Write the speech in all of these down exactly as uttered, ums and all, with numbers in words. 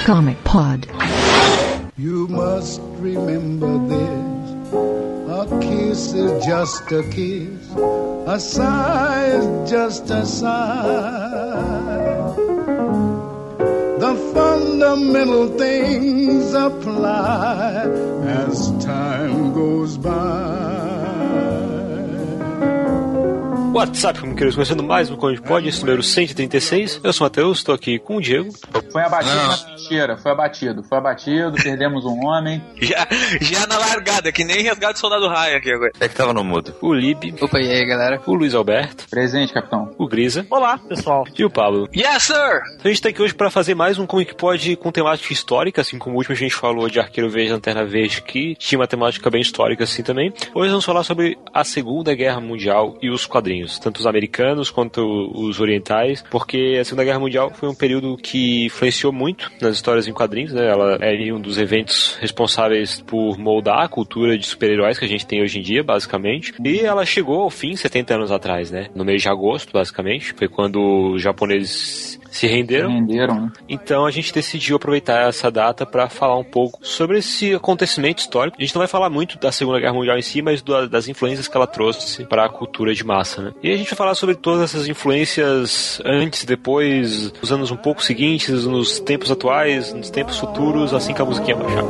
Comic Pod. You must remember this. A kiss is just a kiss. A sigh is just a sigh. The fundamental things apply as time goes by. WhatsApp, como queridos, começando mais um Comic Pod, esse número cento e trinta e seis. Eu sou o Matheus, estou aqui com o Diego. Foi abatido Não. na trincheira, foi abatido, foi abatido, perdemos um homem. Já, já na largada, que nem resgate do Soldado Ryan aqui agora. É que tava no mudo. O Lib. Opa, e aí, galera? O Luiz Alberto. Presente, capitão. O Grisa. Olá, pessoal. E o Pablo. Yes, sir! Então a gente tá aqui hoje para fazer mais um Comic Pod com temática histórica, assim como o último a gente falou de Arqueiro Verde e Lanterna Verde, que tinha uma temática bem histórica assim também. Hoje vamos falar sobre a Segunda Guerra Mundial e os quadrinhos, tanto os americanos quanto os orientais, porque a Segunda Guerra Mundial foi um período que influenciou muito nas histórias em quadrinhos, né? Ela é um dos eventos responsáveis por moldar a cultura de super-heróis que a gente tem hoje em dia, basicamente, e ela chegou ao fim setenta anos atrás, né? No mês de agosto, basicamente, foi quando os japoneses se renderam. Se renderam, né? Então a gente decidiu aproveitar essa data para falar um pouco sobre esse acontecimento histórico. A gente não vai falar muito da Segunda Guerra Mundial em si, mas do, das influências que ela trouxe para a cultura de massa, né? E a gente vai falar sobre todas essas influências antes, depois, nos anos um pouco seguintes, nos tempos atuais, nos tempos futuros, assim que a musiquinha baixar.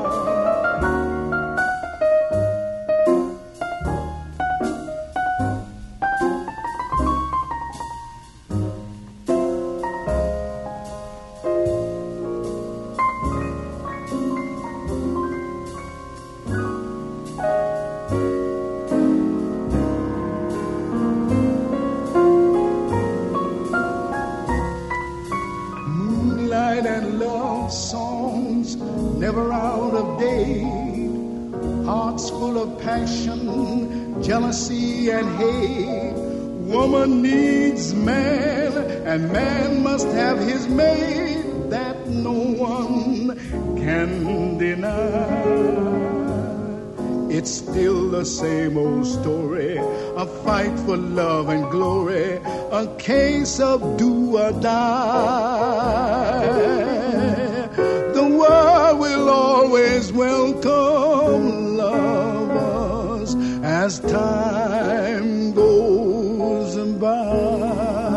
Jealousy and hate. Woman needs man, and man must have his mate. That no one can deny. It's still the same old story, a fight for love and glory, a case of do or die. The world will always welcome lovers as time goes by.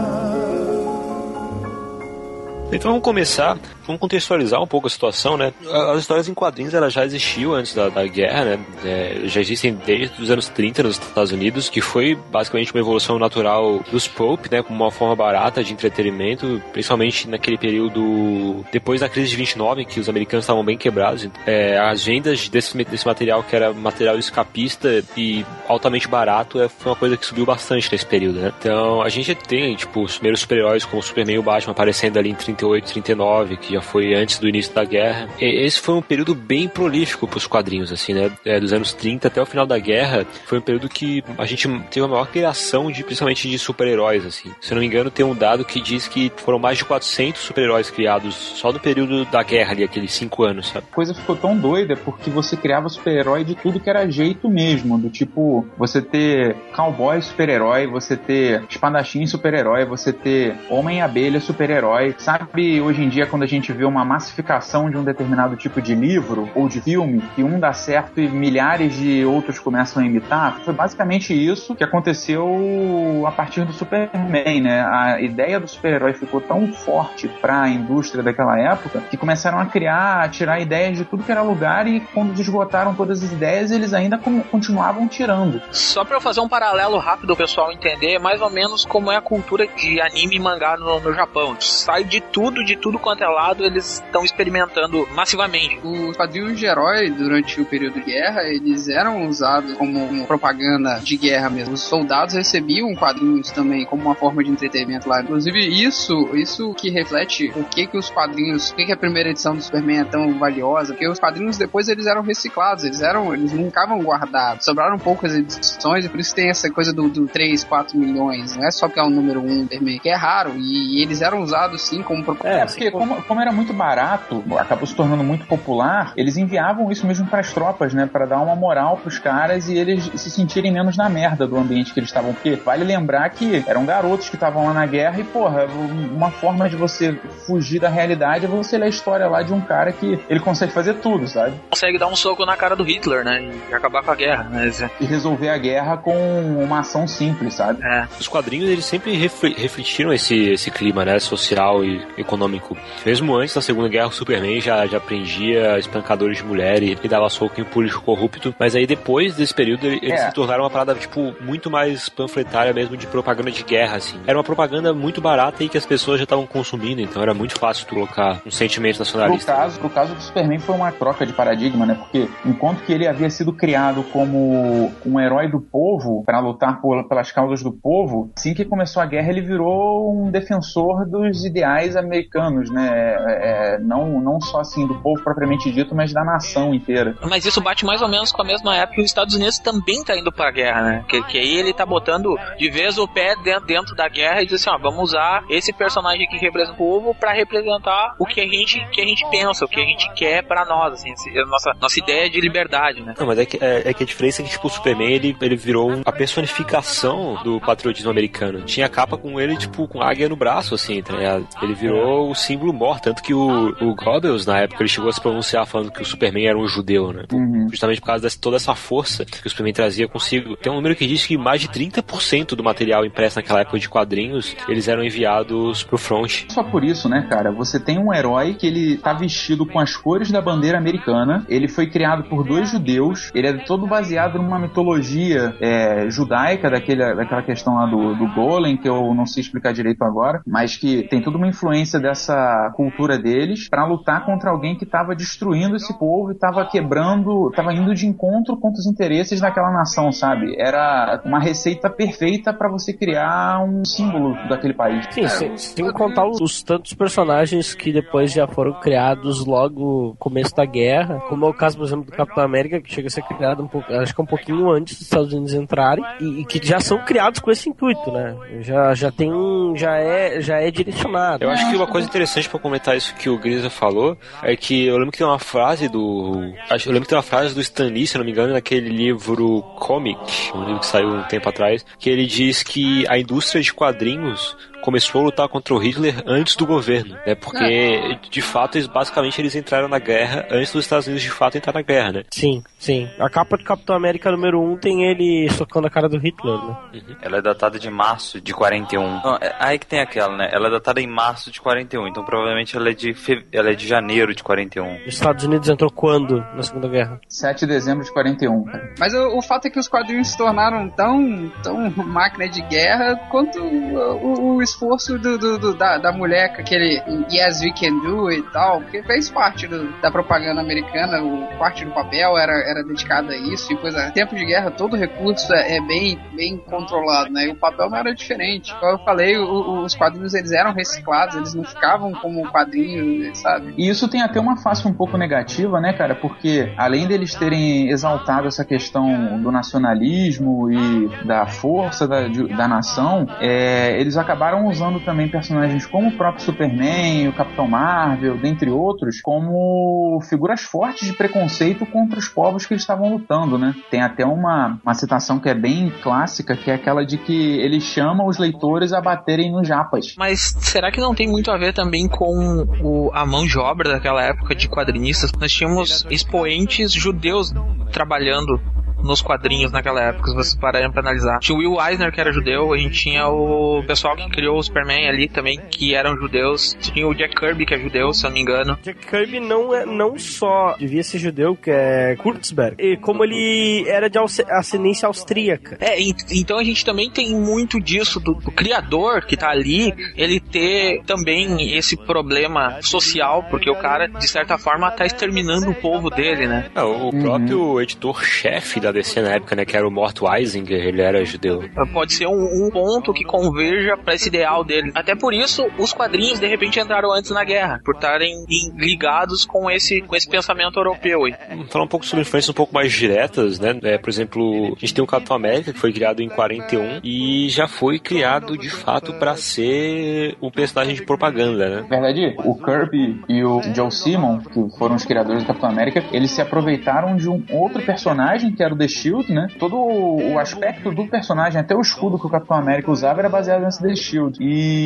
Então vamos começar, vamos contextualizar um pouco a situação, né? As histórias em quadrinhos elas já existiam antes da, da guerra, né? É, já existem desde os anos trinta nos Estados Unidos, que foi basicamente uma evolução natural dos pulp, né? Como uma forma barata de entretenimento, principalmente naquele período depois da crise de vinte e nove, que os americanos estavam bem quebrados. É, as vendas desse, desse material, que era material escapista e altamente barato, é, foi uma coisa que subiu bastante nesse período, né? Então a gente tem, tipo, os primeiros super-heróis como o Superman e o Batman aparecendo ali em trinta e oito, trinta e nove, que já foi antes do início da guerra. E esse foi um período bem prolífico pros quadrinhos, assim, né? É, dos anos trinta até o final da guerra, foi um período que a gente teve a maior criação, de, principalmente de super-heróis, assim. Se eu não me engano, tem um dado que diz que foram mais de quatrocentos super-heróis criados só no período da guerra ali, aqueles cinco anos, sabe? A coisa ficou tão doida porque você criava super-herói de tudo que era jeito mesmo, do tipo, você ter cowboy super-herói, você ter espadachim super-herói, você ter homem-abelha super-herói, sabe? Hoje em dia, quando a gente vê uma massificação de um determinado tipo de livro ou de filme, que um dá certo e milhares de outros começam a imitar, foi basicamente isso que aconteceu a partir do Superman, né? A ideia do super-herói ficou tão forte para a indústria daquela época que começaram a criar, a tirar ideias de tudo que era lugar, e quando esgotaram todas as ideias, eles ainda continuavam tirando. Só pra eu fazer um paralelo rápido, o pessoal entender mais ou menos como é a cultura de anime e mangá no, no Japão. Sai de tudo, de tudo quanto é lado, eles estão experimentando massivamente. Os quadrinhos de herói, durante o período de guerra, eles eram usados como uma propaganda de guerra mesmo. Os soldados recebiam quadrinhos também como uma forma de entretenimento lá. Inclusive, isso, isso que reflete o que que os quadrinhos, o que que a primeira edição do Superman é tão valiosa, porque os quadrinhos depois eles eram reciclados, eles eram, eles não ficavam guardados. Sobraram poucas edições, e por isso tem essa coisa do, do três, quatro milhões. Não é só que é o número um Superman, que é raro, e, e eles eram usados sim como propaganda. É, porque como, como era muito barato, acabou se tornando muito popular, eles enviavam isso mesmo pras tropas, né? Pra dar uma moral pros caras e eles se sentirem menos na merda do ambiente que eles estavam. Porque vale lembrar que eram garotos que estavam lá na guerra e, porra, uma forma de você fugir da realidade é você ler a história lá de um cara que ele consegue fazer tudo, sabe? Consegue dar um soco na cara do Hitler, né? E acabar com a guerra, né? E resolver a guerra com uma ação simples, sabe? É. Os quadrinhos, eles sempre refletiram esse, esse clima, né? Social e econômico. Mesmo antes da Segunda Guerra, o Superman já, já prendia espancadores de mulher e, e dava soco em político corrupto. Mas aí, depois desse período, eles é. se tornaram uma parada, tipo, muito mais panfletária mesmo, de propaganda de guerra, assim. Era uma propaganda muito barata e que as pessoas já estavam consumindo, então era muito fácil colocar um sentimento nacionalista. Pro caso, pro caso do Superman foi uma troca de paradigma, né? Porque enquanto que ele havia sido criado como um herói do povo, para lutar por, pelas causas do povo, assim que começou a guerra ele virou um defensor dos ideais americanos, né? É, não, não só assim do povo propriamente dito, mas da nação inteira. Mas isso bate mais ou menos com a mesma época que os Estados Unidos também tá indo pra guerra, né? Que, que aí ele tá botando de vez o pé dentro, dentro da guerra e diz assim, ó, vamos usar esse personagem que representa o povo pra representar o que a gente, que a gente pensa, o que a gente quer pra nós, assim, a nossa, nossa ideia de liberdade, né? Não, mas é que, é, é que a diferença é que, tipo, o Superman, ele, ele virou a personificação do patriotismo americano. Tinha capa com ele, tipo, com águia no braço, assim, tá ligado? Ele virou o símbolo mor, tanto que o, o Goebbels, na época, ele chegou a se pronunciar falando que o Superman era um judeu, né? Uhum. Justamente por causa de toda essa força que o Superman trazia consigo. Tem um número que diz que mais de trinta por cento do material impresso naquela época de quadrinhos, eles eram enviados pro front. Só por isso, né, cara? Você tem um herói que ele tá vestido com as cores da bandeira americana, ele foi criado por dois judeus, ele é todo baseado numa mitologia é, judaica, daquele, daquela questão lá do, do Golem, que eu não sei explicar direito agora, mas que tem toda uma influência dessa cultura deles pra lutar contra alguém que tava destruindo esse povo e tava quebrando, tava indo de encontro contra os interesses daquela nação, sabe? Era uma receita perfeita pra você criar um símbolo daquele país. Sim, sem, sem contar os tantos personagens que depois já foram criados logo no começo da guerra, como é o caso, por exemplo, do Capitão América, que chega a ser criado um pouco, acho que um pouquinho antes dos Estados Unidos entrarem, e, e que já são criados com esse intuito, né? Já, já tem um, já é, já é direcionado. Eu acho que uma coisa interessante pra comentar isso que o Grisa falou, é que eu lembro que tem uma frase do, eu lembro que tem uma frase do Stan Lee, se eu não me engano, naquele livro Comic, um livro que saiu um tempo atrás, que ele diz que a indústria de quadrinhos começou a lutar contra o Hitler antes do governo, né? Porque, de fato, eles, basicamente, eles entraram na guerra antes dos Estados Unidos, de fato, entrar na guerra, né? Sim, sim. A capa de Capitão América número um tem ele socando a cara do Hitler, né? Uhum. Ela é datada de março de quarenta e um. Não, é, aí que tem aquela, né? Ela é datada em março de quarenta e um, então provavelmente ela é de, fe... ela é de janeiro de quarenta e um. Os Estados Unidos entrou quando na Segunda Guerra? sete de dezembro de quarenta e um, cara. Mas o, o fato é que os quadrinhos se tornaram tão, tão máquina de guerra quanto o, o esforço do, do Do, da, da mulher com aquele Yes We Can Do e tal, porque fez parte do, da propaganda americana, o, parte do papel era, era dedicado a isso, e pois, em tempo de guerra todo recurso é, é bem, bem controlado, né, e o papel não era diferente. Como eu falei, o, o, os quadrinhos eles eram reciclados, eles não ficavam como quadrinhos, sabe? E isso tem até uma face um pouco negativa, né, cara, porque além deles terem exaltado essa questão do nacionalismo e da força da, de, da nação, é, eles acabaram usando também personagens como o próprio Superman, o Capitão Marvel, dentre outros, como figuras fortes de preconceito contra os povos que eles estavam lutando, né? Tem até uma, uma citação que é bem clássica, que é aquela de que ele chama os leitores a baterem nos japas. Mas será que não tem muito a ver também com o, a mão de obra daquela época de quadrinistas? Nós tínhamos expoentes judeus trabalhando nos quadrinhos naquela época, se vocês pararem pra analisar. Tinha o Will Eisner, que era judeu, a gente tinha o pessoal que criou o Superman ali também, que eram judeus. Tinha o Jack Kirby, que é judeu, se eu não me engano. Jack Kirby não, é, não só devia ser judeu, que é Kurtzberg, e como ele era de ascendência austríaca. É, e, então a gente também tem muito disso, do, do criador que tá ali, ele ter também esse problema social, porque o cara, de certa forma, tá exterminando o povo dele, né? É, o próprio uhum. editor-chefe da D C na época, né, que era o Mort Weisinger, ele era judeu. Pode ser um, um ponto que converja pra esse ideal dele. Até por isso, os quadrinhos de repente entraram antes na guerra, por estarem ligados com esse, com esse pensamento europeu. Aí. Falar um pouco sobre influências um pouco mais diretas, né, é, por exemplo, a gente tem o Capitão América, que foi criado em quarenta e um, e já foi criado, de fato, pra ser um personagem de propaganda, né? Na verdade, o Kirby e o Joe Simon, que foram os criadores do Capitão América, eles se aproveitaram de um outro personagem, que era o The Shield, né? Todo o aspecto do personagem, até o escudo que o Capitão América usava, era baseado nesse The Shield.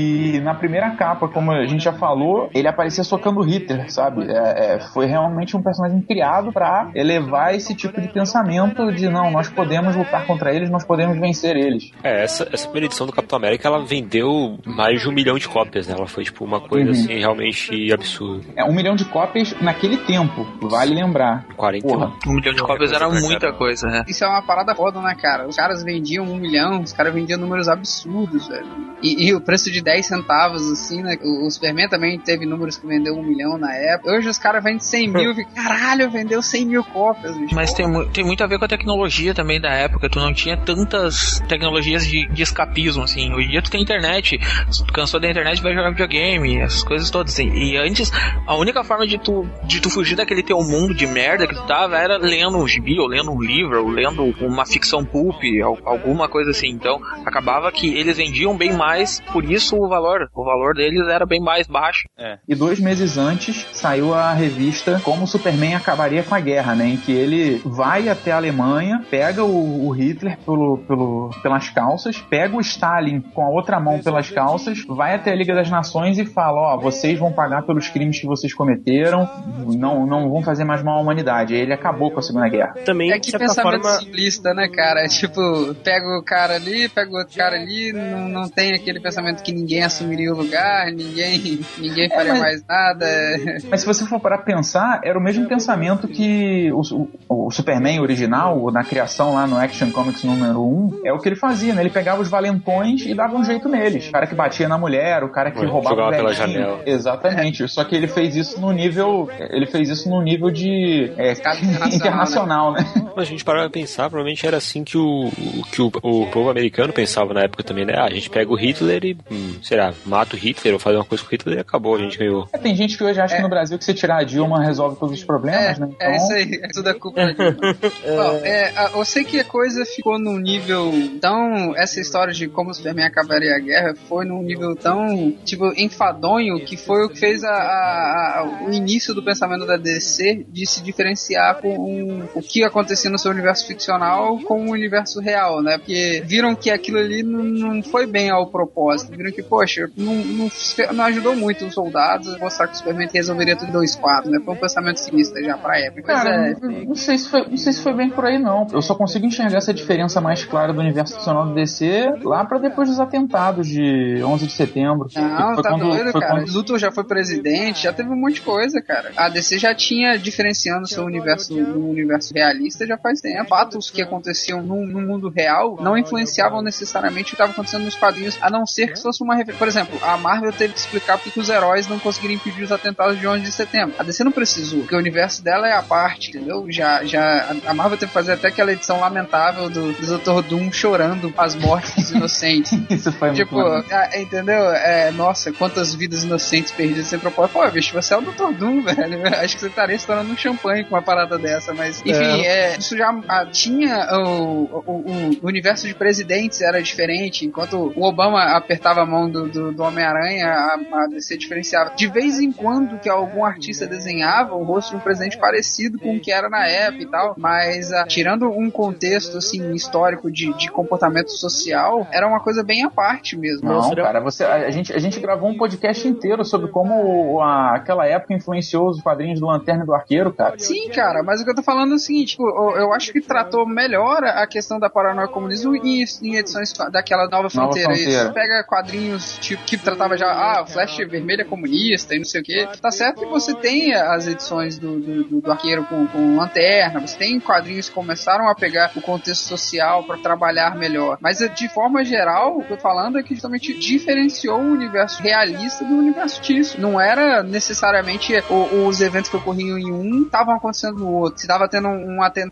E na primeira capa, como a gente já falou, ele aparecia socando Hitler, sabe? É, é, foi realmente um personagem criado pra elevar esse tipo de pensamento de, não, nós podemos lutar contra eles, nós podemos vencer eles. É, essa, essa primeira edição do Capitão América, ela vendeu mais de um milhão de cópias, né? Ela foi, tipo, uma coisa, uhum. assim, realmente absurda. É, um milhão de cópias naquele tempo, vale lembrar. quarenta e um. Porra, um milhão de cópias era muita coisa, né? Isso é uma parada foda, né, cara? Os caras vendiam um milhão, os caras vendiam números absurdos, velho. E, e o preço de dez centavos, assim, né? O, o Superman também teve números que vendeu um milhão na época. Hoje os caras vendem cem mil, e caralho, vendeu cem mil cópias. Bicho. Mas tem, tem muito a ver com a tecnologia também da época. Tu não tinha tantas tecnologias de, de escapismo, assim. Hoje em dia tu tem internet, se tu cansou da internet, vai jogar videogame, essas coisas todas, assim. E antes, a única forma de tu, de tu fugir daquele teu mundo de merda que tu tava era lendo um gibi, ou lendo um livro, ou lendo uma ficção pulp, alguma coisa assim. Então, acabava que eles vendiam bem mais, por isso o valor, o valor deles era bem mais baixo. É. E dois meses antes, saiu a revista Como o Superman Acabaria com a Guerra, né? Em que ele vai até a Alemanha, pega o, o Hitler pelo, pelo, pelas calças, pega o Stalin com a outra mão pelas calças, vai até a Liga das Nações e fala, ó, oh, vocês vão pagar pelos crimes que vocês cometeram, não, não vão fazer mais mal à humanidade. Aí ele acabou com a Segunda Guerra. Também, é que pensamento forma... simplista, né, cara? É tipo, pega o cara ali, pega o outro cara ali, não, não tem aquele pensamento que ninguém assumiria o lugar, ninguém, ninguém faria é, mas... mais nada. Mas se você for parar pra pensar, era o mesmo pensamento que o, o, o Superman original, na criação lá no Action Comics número um, é o que ele fazia, né? Ele pegava os valentões e dava um jeito neles. O cara que batia na mulher, o cara que Ué, roubava o pela janela. Exatamente. Só que ele fez isso no nível, ele fez isso no nível de é, internacional, internacional, né? né? A gente parava pra pensar, provavelmente era assim que o, que o, o povo americano pensava na época também, né? Ah, a gente pega o Hitler e, hum, sei lá, mata o Hitler ou faz uma coisa com o Hitler e acabou, a gente ganhou. É, tem gente que hoje acha é. que no Brasil que se tirar a Dilma resolve todos os problemas, é, né? Então... É isso aí, é tudo a culpa da Dilma. Bom, é, eu sei que a coisa ficou num nível tão... Essa história de como o Superman acabaria a guerra foi num nível tão, tipo, enfadonho, que foi o que fez a, a, a, o início do pensamento da D C de se diferenciar com um, o que acontecia no seu universo ficcional com o universo real, né? Porque viram que aquilo ali não, não foi bem ao propósito. Viram que, poxa, não, não, não ajudou muito os soldados a mostrar que o Superman resolveria tudo em dois quadros, né? Foi um pensamento sinistro já pra época. Cara, é, não, não, sei se foi, não sei se foi bem por aí, não. Eu só consigo enxergar essa diferença mais clara do universo ficcional do D C lá pra depois dos atentados de onze de setembro. Não, foi tá quando, doido, foi cara. Quando... Luthor já foi presidente, já teve um monte de coisa, cara. A D C já tinha diferenciando seu universo do universo realista já faz tempo. Fatos que aconteciam no, no mundo real não influenciavam necessariamente o que estava acontecendo nos quadrinhos, a não ser que fosse uma referência. Por exemplo, a Marvel teve que explicar porque os heróis não conseguiram impedir os atentados de onze de setembro. A D C não precisou, porque o universo dela é a parte, entendeu? Já, já, a Marvel teve que fazer até aquela edição lamentável do, do doutor Doom chorando as mortes dos inocentes. Isso foi tipo, muito é, entendeu? É, nossa, quantas vidas inocentes perdidas sem propósito. Pô, bicho, você é o doutor Doom, velho. Acho que você estaria estourando um champanhe com uma parada dessa, mas enfim, é. É, isso já a, tinha o, o, o, o universo de presidentes era diferente. Enquanto o Obama apertava a mão do, do, do Homem-Aranha, a, a D C diferenciava. De vez em quando que algum artista desenhava o rosto de um presidente parecido com o que era na época e tal, mas a, tirando um contexto assim histórico de, de comportamento social, era uma coisa bem à parte mesmo. Não, cara, você, a, a, gente, a gente gravou um podcast inteiro sobre como a, aquela época influenciou os quadrinhos do Lanterna e do Arqueiro, cara. Sim, cara, mas o que eu tô falando é o seguinte, tipo, eu, eu acho que tratou melhor a questão da paranoia comunismo em, em edições daquela Nova Fronteira. Nova Fronteira. Isso pega quadrinhos tipo, que tratava já, ah, o Flash vermelho é comunista e não sei o que. Tá certo que você tem as edições do, do, do Arqueiro com, com Lanterna, você tem quadrinhos que começaram a pegar o contexto social pra trabalhar melhor. Mas de forma geral, o que eu tô falando é que justamente diferenciou o universo realista do universo fictício. Não era necessariamente o, os eventos que ocorriam em um estavam acontecendo no outro. Se tava tendo um, um atentado terrorista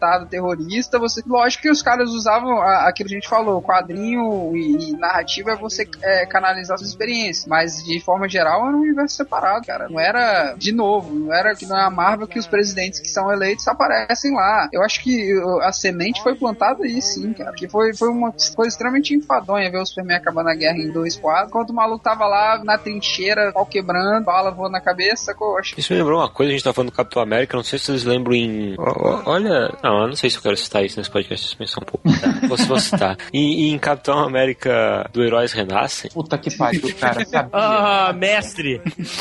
terrorista, você... Lógico que os caras usavam a, aquilo que a gente falou, quadrinho e, e narrativa é você é, canalizar suas experiências, mas de forma geral era um universo separado, cara. Não era, de novo, não era que não é a Marvel que os presidentes que são eleitos aparecem lá. Eu acho que a semente foi plantada aí, sim, cara, porque foi, foi uma coisa extremamente enfadonha ver o Superman acabando a guerra em dois quadros, enquanto o maluco tava lá na trincheira, pau quebrando, bala voando na cabeça, sacou? Isso me lembrou uma coisa, a gente tá falando do Capitão América, não sei se vocês lembram em... Olha... Não, eu não sei se eu quero citar isso nesse podcast, se pensar um pouco. Tá? Vou, vou citar. Em, em Capitão América do Heróis Renascem... Puta que pariu, cara, sabia. Ah, mestre!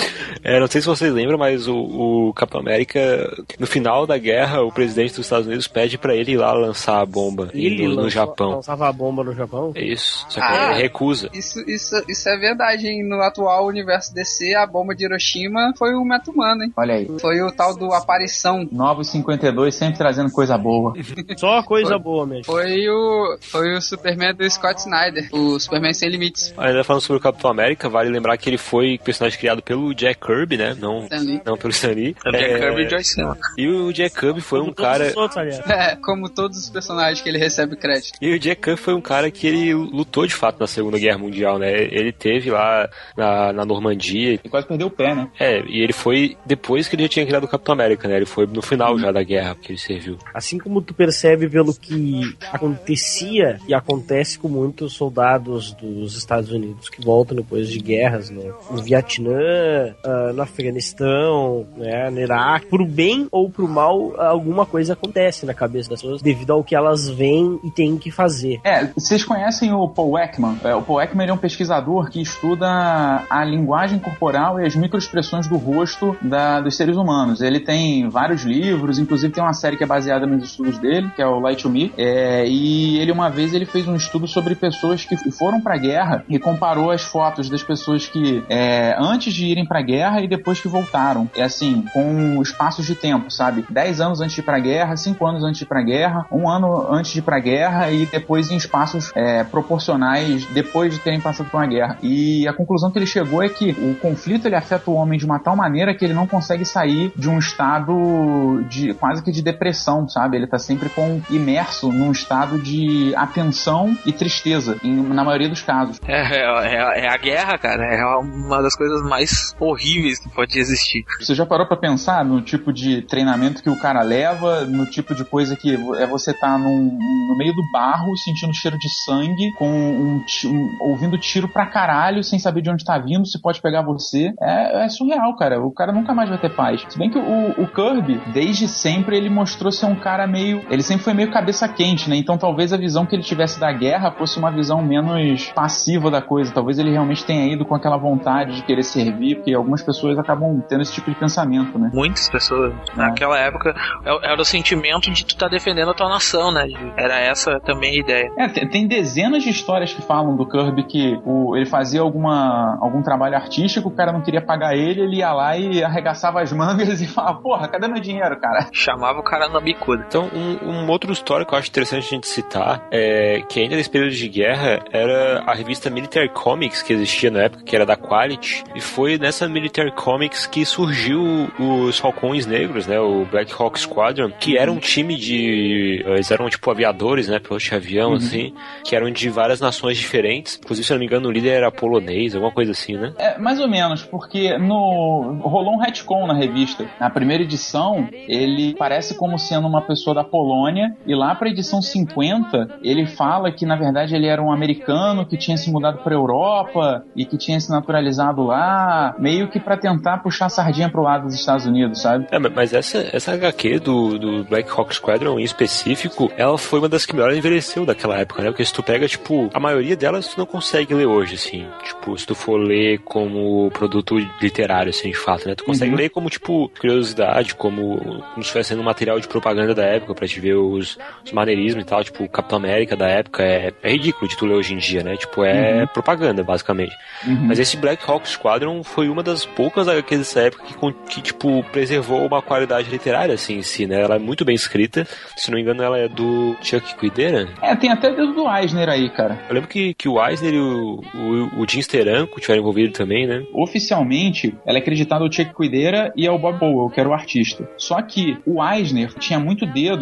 É, não sei se vocês lembram, mas o, o Capitão América, no final da guerra, o presidente dos Estados Unidos pede pra ele ir lá lançar a bomba ele no, no lançou, Japão. lançava a bomba no Japão? É isso, só que Ah, ele recusa. Isso, isso, isso é verdade, hein? No atual universo D C, a bomba de Hiroshima foi o Meta-Humano, hein? Olha aí. Foi o tal do Aparição. Novos cinquenta e dois sempre trazendo coisa boa. Só coisa Foi. boa mesmo. Foi o, foi o Superman do Scott Snyder, o Superman Sem Limites. Ainda falando sobre o Capitão América, vale lembrar que ele foi personagem criado pelo Jack Kirby, né? Não, Stan Lee. não pelo Stan Lee. O Jack É, Kirby e Joyce Simmons. E o Jack Kirby foi um Como todos cara... os outros, aliás. É, como todos os personagens que ele recebe crédito. E o Jack Kirby foi um cara que ele lutou de fato na Segunda Guerra Mundial, né? Ele teve lá na, na Normandia. Ele quase perdeu o pé, né? É, e ele foi depois que ele já tinha criado o Capitão América, né? Ele foi no final já da guerra que ele serviu. Assim como tu percebe pelo que acontecia e acontece com muitos soldados dos Estados Unidos que voltam depois de guerras, né? No Vietnã, uh, no Afeganistão, né? No Iraque. Pro bem ou pro mal, alguma coisa acontece na cabeça das pessoas devido ao que elas veem e têm que fazer. É, vocês conhecem o Paul Ekman? É, o Paul Ekman ele é um pesquisador que estuda a linguagem corporal e as microexpressões do rosto da, dos seres humanos. Ele tem vários livros, inclusive tem uma série que é baseada nos estudos dele, que é o Light to Me, é, e ele uma vez ele fez um estudo sobre pessoas que foram pra guerra e comparou as fotos das pessoas que é, antes de irem pra guerra e depois que voltaram. É assim, com espaços de tempo, sabe? dez anos antes de ir pra guerra, cinco anos antes de ir pra guerra, um ano antes de ir pra guerra e depois em espaços é, proporcionais depois de terem passado por uma guerra. E a conclusão que ele chegou é que o conflito ele afeta o homem de uma tal maneira que ele não consegue sair de um estado de quase que de depressão, sabe? Ele tá sempre com, imerso num estado de atenção e tristeza, em, na maioria dos casos. É, é, é a guerra, cara. É uma das coisas mais horríveis que pode existir. Você já parou pra pensar no tipo de treinamento que o cara leva, no tipo de coisa que é você tá num, no meio do barro, sentindo cheiro de sangue, com um, um, ouvindo tiro pra caralho, sem saber de onde tá vindo, se pode pegar você. É, é surreal, cara. O cara nunca mais vai ter paz. Se bem que o, o Kirby, desde sempre, ele mostrou ser um cara meio... Ele sempre foi meio cabeça quente, né? Então talvez a visão que ele tivesse da guerra fosse uma visão menos passiva da coisa. Talvez ele realmente tenha ido com aquela vontade de querer servir, porque algumas pessoas acabam tendo esse tipo de pensamento, né? Muitas pessoas. É. Naquela época, era o sentimento de tu tá defendendo a tua nação, né? Era essa também a ideia. É, tem dezenas de histórias que falam do Kirby que o, ele fazia alguma, algum trabalho artístico, o cara não queria pagar ele, ele ia lá e arregaçava as mangas e falava, porra, cadê meu dinheiro, cara? Chamava o cara na bicuda. Então, um, um outro histórico que eu acho interessante a gente citar é que ainda nesse período de guerra era a revista Military Comics que existia na época, que era da Quality, e foi nessa Military Comics que surgiu os Falcões Negros, né, o Black Hawk Squadron, que era um time de... eles eram tipo aviadores, né, pilotos de avião, uhum. assim, que eram de várias nações diferentes. Inclusive, se eu não me engano, o líder era polonês, alguma coisa assim, né? É, mais ou menos, porque no... rolou um retcon na revista. Na primeira edição, ele parece como sendo uma pessoa da Polônia, e lá pra edição cinquenta, ele fala que, na verdade, ele era um americano que tinha se mudado pra Europa e que tinha se naturalizado lá, meio que pra tentar puxar a sardinha pro lado dos Estados Unidos, sabe? É, mas essa, essa agá quê do, do Black Hawk Squadron em específico, ela foi uma das que melhor envelheceu daquela época, né? Porque se tu pega, tipo, a maioria delas tu não consegue ler hoje, assim. Tipo, se tu for ler como produto literário, assim, de fato, né? Tu consegue uhum. ler como, tipo, curiosidade, como, como se fosse sendo um material de propaganda da época pra te ver os, os maneirismos e tal. Tipo, o Capitão América da época é, é ridículo de tu ler hoje em dia, né? Tipo, é uhum. propaganda, basicamente. Uhum. Mas esse Black Hawk Squadron foi uma das poucas agá quês dessa época que, que, tipo, preservou uma qualidade literária, assim, em si, né? Ela é muito bem escrita. Se não me engano, ela é do Chuck Kuidera. É, tem até dedo do Eisner aí, cara. Eu lembro que, que o Eisner e o, o, o Jim Steranko tiveram envolvido também, né? Oficialmente, ela é acreditada ao Chuck Kuidera e ao Bob Powell, que era o artista. Só que o Eisner tinha muito dedo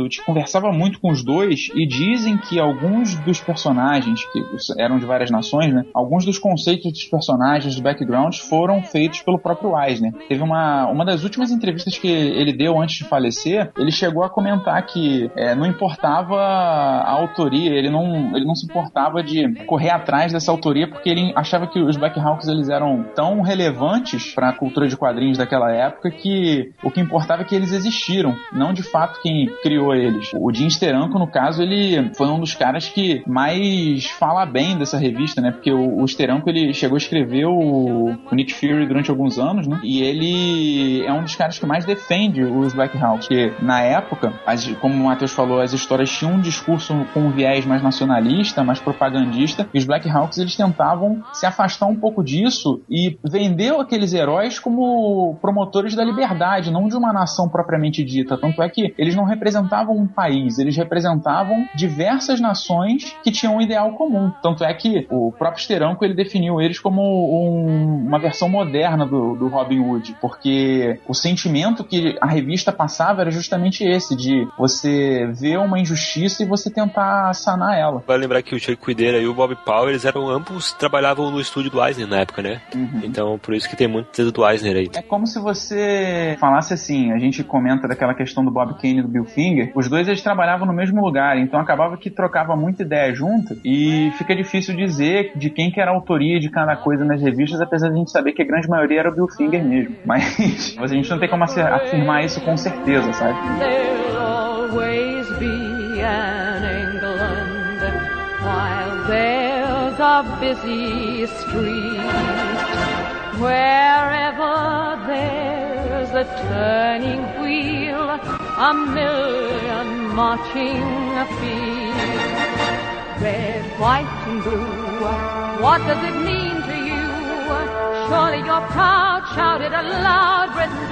Adult conversava muito com os dois e dizem que alguns dos personagens, que eram de várias nações, né, alguns dos conceitos dos personagens, dos backgrounds, foram feitos pelo próprio Eisner. Teve uma, uma das últimas entrevistas que ele deu antes de falecer, ele chegou a comentar que é, não importava a autoria, ele não, ele não se importava de correr atrás dessa autoria, porque ele achava que os Black Hawks eles eram tão relevantes para a cultura de quadrinhos daquela época que o que importava é que eles existiram, não de fato quem criou eles. O Jim Steranko, no caso, ele foi um dos caras que mais fala bem dessa revista, né? Porque o, o Steranko, ele chegou a escrever o, o Nick Fury durante alguns anos, né? E ele é um dos caras que mais defende os Black Hawks, porque na época, as, como o Matheus falou, as histórias tinham um discurso com um viés mais nacionalista, mais propagandista, e os Black Hawks, eles tentavam se afastar um pouco disso e vender aqueles heróis como promotores da liberdade, não de uma nação propriamente dita. Tanto é que eles não representavam um país, eles representavam diversas nações que tinham um ideal comum. Tanto é que o próprio Steranko, ele definiu eles como um, uma versão moderna do, do Robin Hood, porque o sentimento que a revista passava era justamente esse, de você ver uma injustiça e você tentar sanar ela. Vale lembrar que o Chuck Cuideira e o Bob Powell, eles eram ambos, trabalhavam no estúdio do Eisner na época, né? Uhum. Então, por isso que tem muito dedo do Eisner aí. É como se você falasse assim, a gente comenta daquela questão do Bob Kane e do Bill Finger, os dois eles trabalhavam no mesmo lugar, então acabava que trocava muita ideia junto e fica difícil dizer de quem que era a autoria de cada coisa nas revistas, apesar de a gente saber que a grande maioria era o Bill Finger mesmo. Mas a gente não tem como afirmar isso com certeza, sabe? There'll always be an England while there's a busy street. Wherever there's a turning wheel, a million marching feet. Red, white and blue, what does it mean to you? Surely you're proud, shout it aloud, Britain's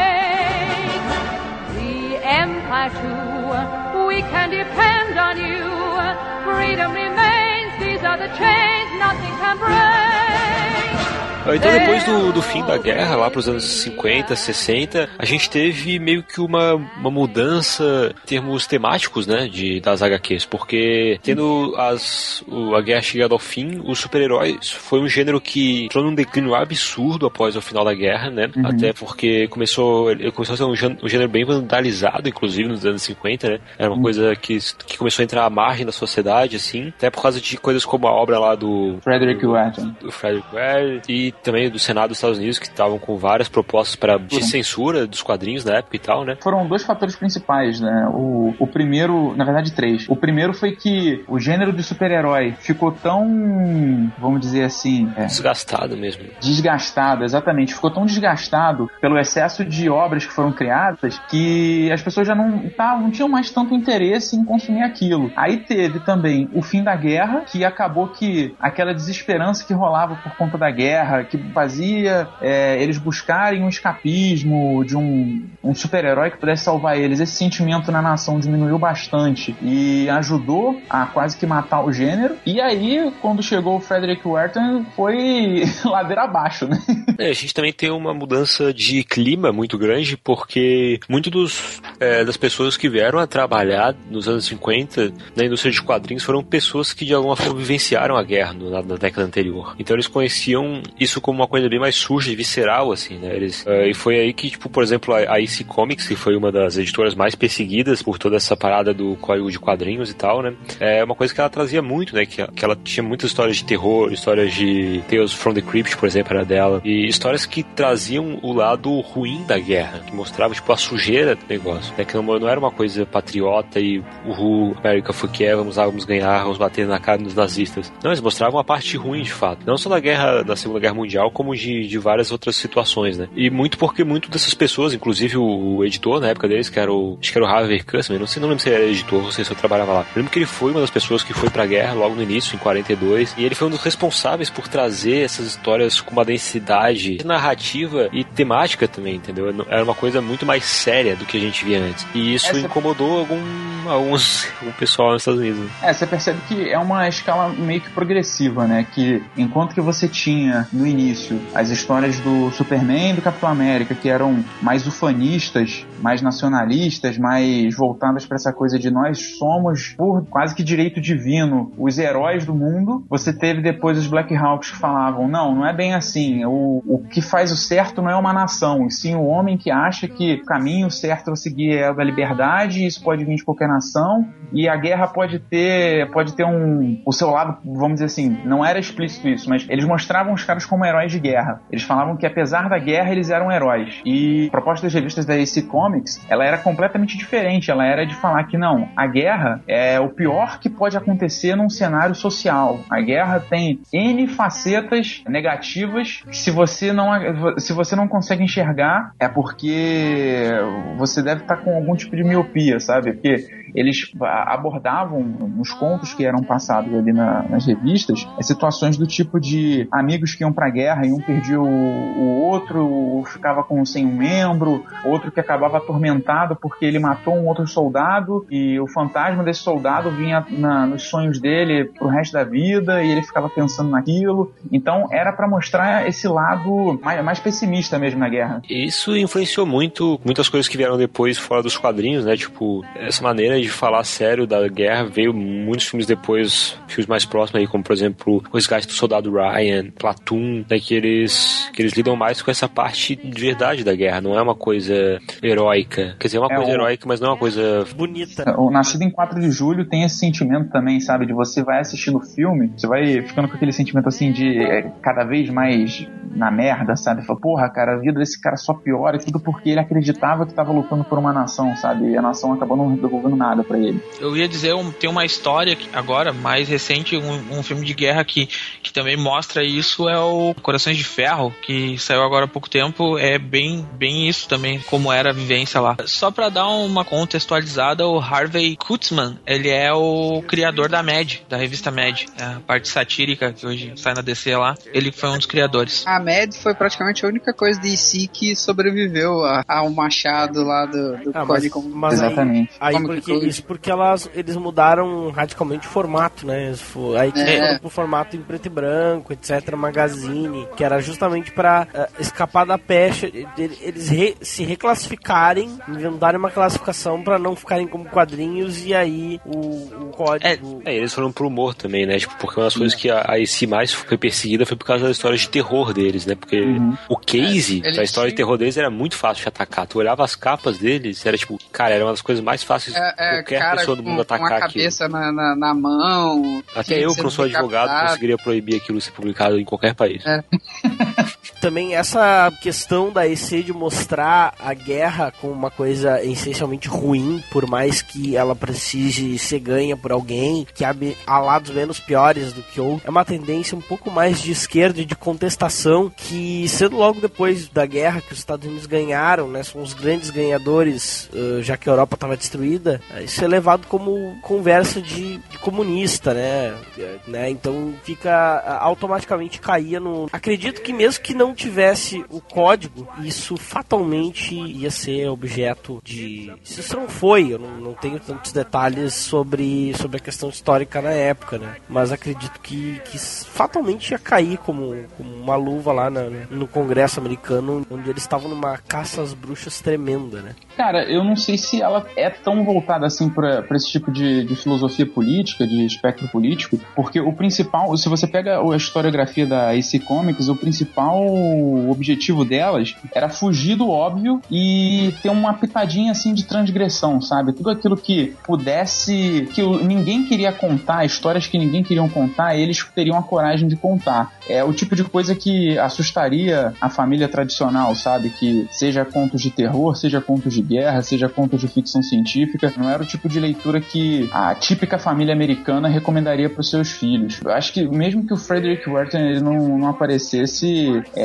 awake. The Empire too, we can depend on you. Freedom remains, these are the chains nothing can break. Então, depois do, do fim da guerra, lá para os anos cinquenta, sessenta, a gente teve meio que uma, uma mudança em termos temáticos, né, de, das agá quês, porque tendo as, o, a guerra chegado ao fim, os super-heróis foi um gênero que entrou num declínio absurdo após o final da guerra, né, uhum. Até porque começou, começou a ser um gênero, um gênero bem vandalizado, inclusive nos anos cinquenta, né, era uma uhum. coisa que, que começou a entrar à margem da sociedade, assim, até por causa de coisas como a obra lá do Frederick Warren, do Frederick Warren e também do Senado dos Estados Unidos, que estavam com várias propostas para de censura dos quadrinhos na época e tal, né? Foram dois fatores principais, né? O, o primeiro, na verdade três. O primeiro foi que o gênero de super-herói ficou tão, vamos dizer assim... É, desgastado mesmo. Desgastado, exatamente. Ficou tão desgastado pelo excesso de obras que foram criadas que as pessoas já não, tá, não tinham mais tanto interesse em consumir aquilo. Aí teve também o fim da guerra, que acabou que aquela desesperança que rolava por conta da guerra, que fazia é, eles buscarem um escapismo de um, um super-herói que pudesse salvar eles. Esse sentimento na nação diminuiu bastante e ajudou a quase que matar o gênero. E aí, quando chegou o Frederick Warren, foi ladeira abaixo, né? É, a gente também tem uma mudança de clima muito grande, porque muitos dos, é, das pessoas que vieram a trabalhar nos anos cinquenta na indústria de quadrinhos foram pessoas que de alguma forma vivenciaram a guerra no, na, na década anterior. Então eles conheciam isso como uma coisa bem mais suja e visceral, assim, né? Eles, uh, e foi aí que, tipo, por exemplo, a, a I C Comics, que foi uma das editoras mais perseguidas por toda essa parada do código de quadrinhos e tal, né? É uma coisa que ela trazia muito, né? Que, que ela tinha muitas histórias de terror, histórias de Tales from the Crypt, por exemplo, era dela. E histórias que traziam o lado ruim da guerra, que mostravam, tipo, a sujeira do negócio, né? Que não, não era uma coisa patriota e uhul, America fuck yeah, vamos lá, vamos ganhar, vamos bater na cara dos nazistas. Não, eles mostravam a parte ruim, de fato. Não só da guerra, da Segunda Guerra Mundial, como de, de várias outras situações, né? E muito porque muito dessas pessoas, inclusive o, o editor na época deles, que era o, acho que era o Harvey Kussman, não sei, não lembro se ele era editor, não sei se eu trabalhava lá. Eu lembro que ele foi uma das pessoas que foi pra guerra logo no início, em quarenta e dois, e ele foi um dos responsáveis por trazer essas histórias com uma densidade narrativa e temática também, entendeu? Era uma coisa muito mais séria do que a gente via antes. E isso Essa... incomodou algum, alguns, algum pessoal nos Estados Unidos. É, você percebe que é uma escala meio que progressiva, né? Que enquanto que você tinha no no início, as histórias do Superman e do Capitão América, que eram mais ufanistas, mais nacionalistas, mais voltadas para essa coisa de nós somos, por quase que direito divino, os heróis do mundo. Você teve depois os Black Hawks que falavam, não, não é bem assim, o, o que faz o certo não é uma nação, e sim o homem que acha que o caminho certo a seguir é o da liberdade, e isso pode vir de qualquer nação, e a guerra pode ter, pode ter um, o seu lado, vamos dizer assim, não era explícito isso, mas eles mostravam os caras como heróis de guerra. Eles falavam que apesar da guerra eles eram heróis. E a proposta das revistas da A C Comics, ela era completamente diferente. Ela era de falar que não, a guerra é o pior que pode acontecer num cenário social. A guerra tem N facetas negativas que se você não, se você não consegue enxergar, é porque você deve estar com algum tipo de miopia, sabe? Porque eles abordavam nos contos que eram passados ali na, nas revistas as situações do tipo de amigos que iam pra guerra e um perdia o, o outro, ficava com, sem um membro, outro que acabava atormentado porque ele matou um outro soldado e o fantasma desse soldado vinha na, nos sonhos dele pro resto da vida e ele ficava pensando naquilo. Então era pra mostrar esse lado mais, mais pessimista mesmo na guerra. Isso influenciou muito muitas coisas que vieram depois fora dos quadrinhos, né? Tipo, essa maneira de falar sério da guerra veio muitos filmes depois, filmes mais próximos aí, como por exemplo O Resgate do Soldado Ryan, Platoon, né, que eles, que eles lidam mais com essa parte de verdade da guerra, não é uma coisa heróica, quer dizer, é uma é coisa o... heróica, mas não é uma coisa bonita. O Nascido em quatro de julho tem esse sentimento também, sabe, de você vai assistindo o filme, você vai ficando com aquele sentimento assim de é, cada vez mais na merda, sabe, fala, porra, cara, a vida desse cara só piora, e tudo porque ele acreditava que estava lutando por uma nação, sabe, e a nação acabou não devolvendo nada pra ele. Eu ia dizer, um, tem uma história que, agora, mais recente, um, um filme de guerra que, que também mostra isso, é o Corações de Ferro, que saiu agora há pouco tempo, é bem, bem isso também, como era a vivência lá. Só pra dar uma contextualizada, o Harvey Kurtzman, ele é o criador da Mad, da revista Mad, a parte satírica que hoje sai na D C lá, ele foi um dos criadores. A Mad foi praticamente a única coisa de D C que sobreviveu ao machado lá do, do ah, Código. Mas, mas exatamente. Aí, aí porque, isso porque elas, eles mudaram radicalmente o formato, né? Aí que é. foram pro formato em preto e branco, etcétera, magazine, que era justamente pra uh, escapar da pecha, eles re, se reclassificarem, inventarem uma classificação pra não ficarem como quadrinhos, e aí o, o código... É, é, eles foram pro humor também, né? Tipo, porque uma das coisas que a, a I C mais foi perseguida foi por causa das histórias de terror deles, né? Porque uhum. o case é, da história tinham... de terror deles era muito fácil de atacar. Tu olhava as capas deles, era tipo, cara, era uma das coisas mais fáceis é, é, qualquer cara, pessoa do mundo com, atacar com a cabeça aquilo. Na, na, na mão. Até eu, que não sou advogado, conseguiria proibir aquilo ser publicado em qualquer país. É. Também essa questão da E C de mostrar a guerra como uma coisa essencialmente ruim, por mais que ela precise ser ganha por alguém, que há lados menos piores do que outros, é uma tendência um pouco mais de esquerda e de contestação, que sendo logo depois da guerra que os Estados Unidos ganharam, né, são os grandes ganhadores, uh, já que a Europa estava destruída, isso é levado como conversa de, de comunista, né? né? Então fica, automaticamente caía no... Acredito que mesmo que não tivesse o código, isso fatalmente ia ser objeto de... Isso não foi, eu não, não tenho tantos detalhes sobre, sobre a questão histórica na época, né? Mas acredito que, que fatalmente ia cair como, como uma luva lá na, no Congresso americano, onde eles estavam numa caça às bruxas tremenda, né? Cara, eu não sei se ela é tão voltada assim pra, pra esse tipo de, de filosofia política, de espectro político, porque o principal, se você pega a historiografia da A C Comics, o principal objetivo delas era fugir do óbvio e ter uma pitadinha assim de transgressão, sabe? Tudo aquilo que pudesse, que ninguém queria contar, histórias que ninguém queria contar, eles teriam a coragem de contar. É o tipo de coisa que assustaria a família tradicional, sabe? Que seja contos de terror, seja contos de guerra, seja contos de ficção científica, não era o tipo de leitura que a típica família americana recomendaria para os seus filhos. Eu acho que mesmo que o Frederick Wertham ele não, não aparecesse, é,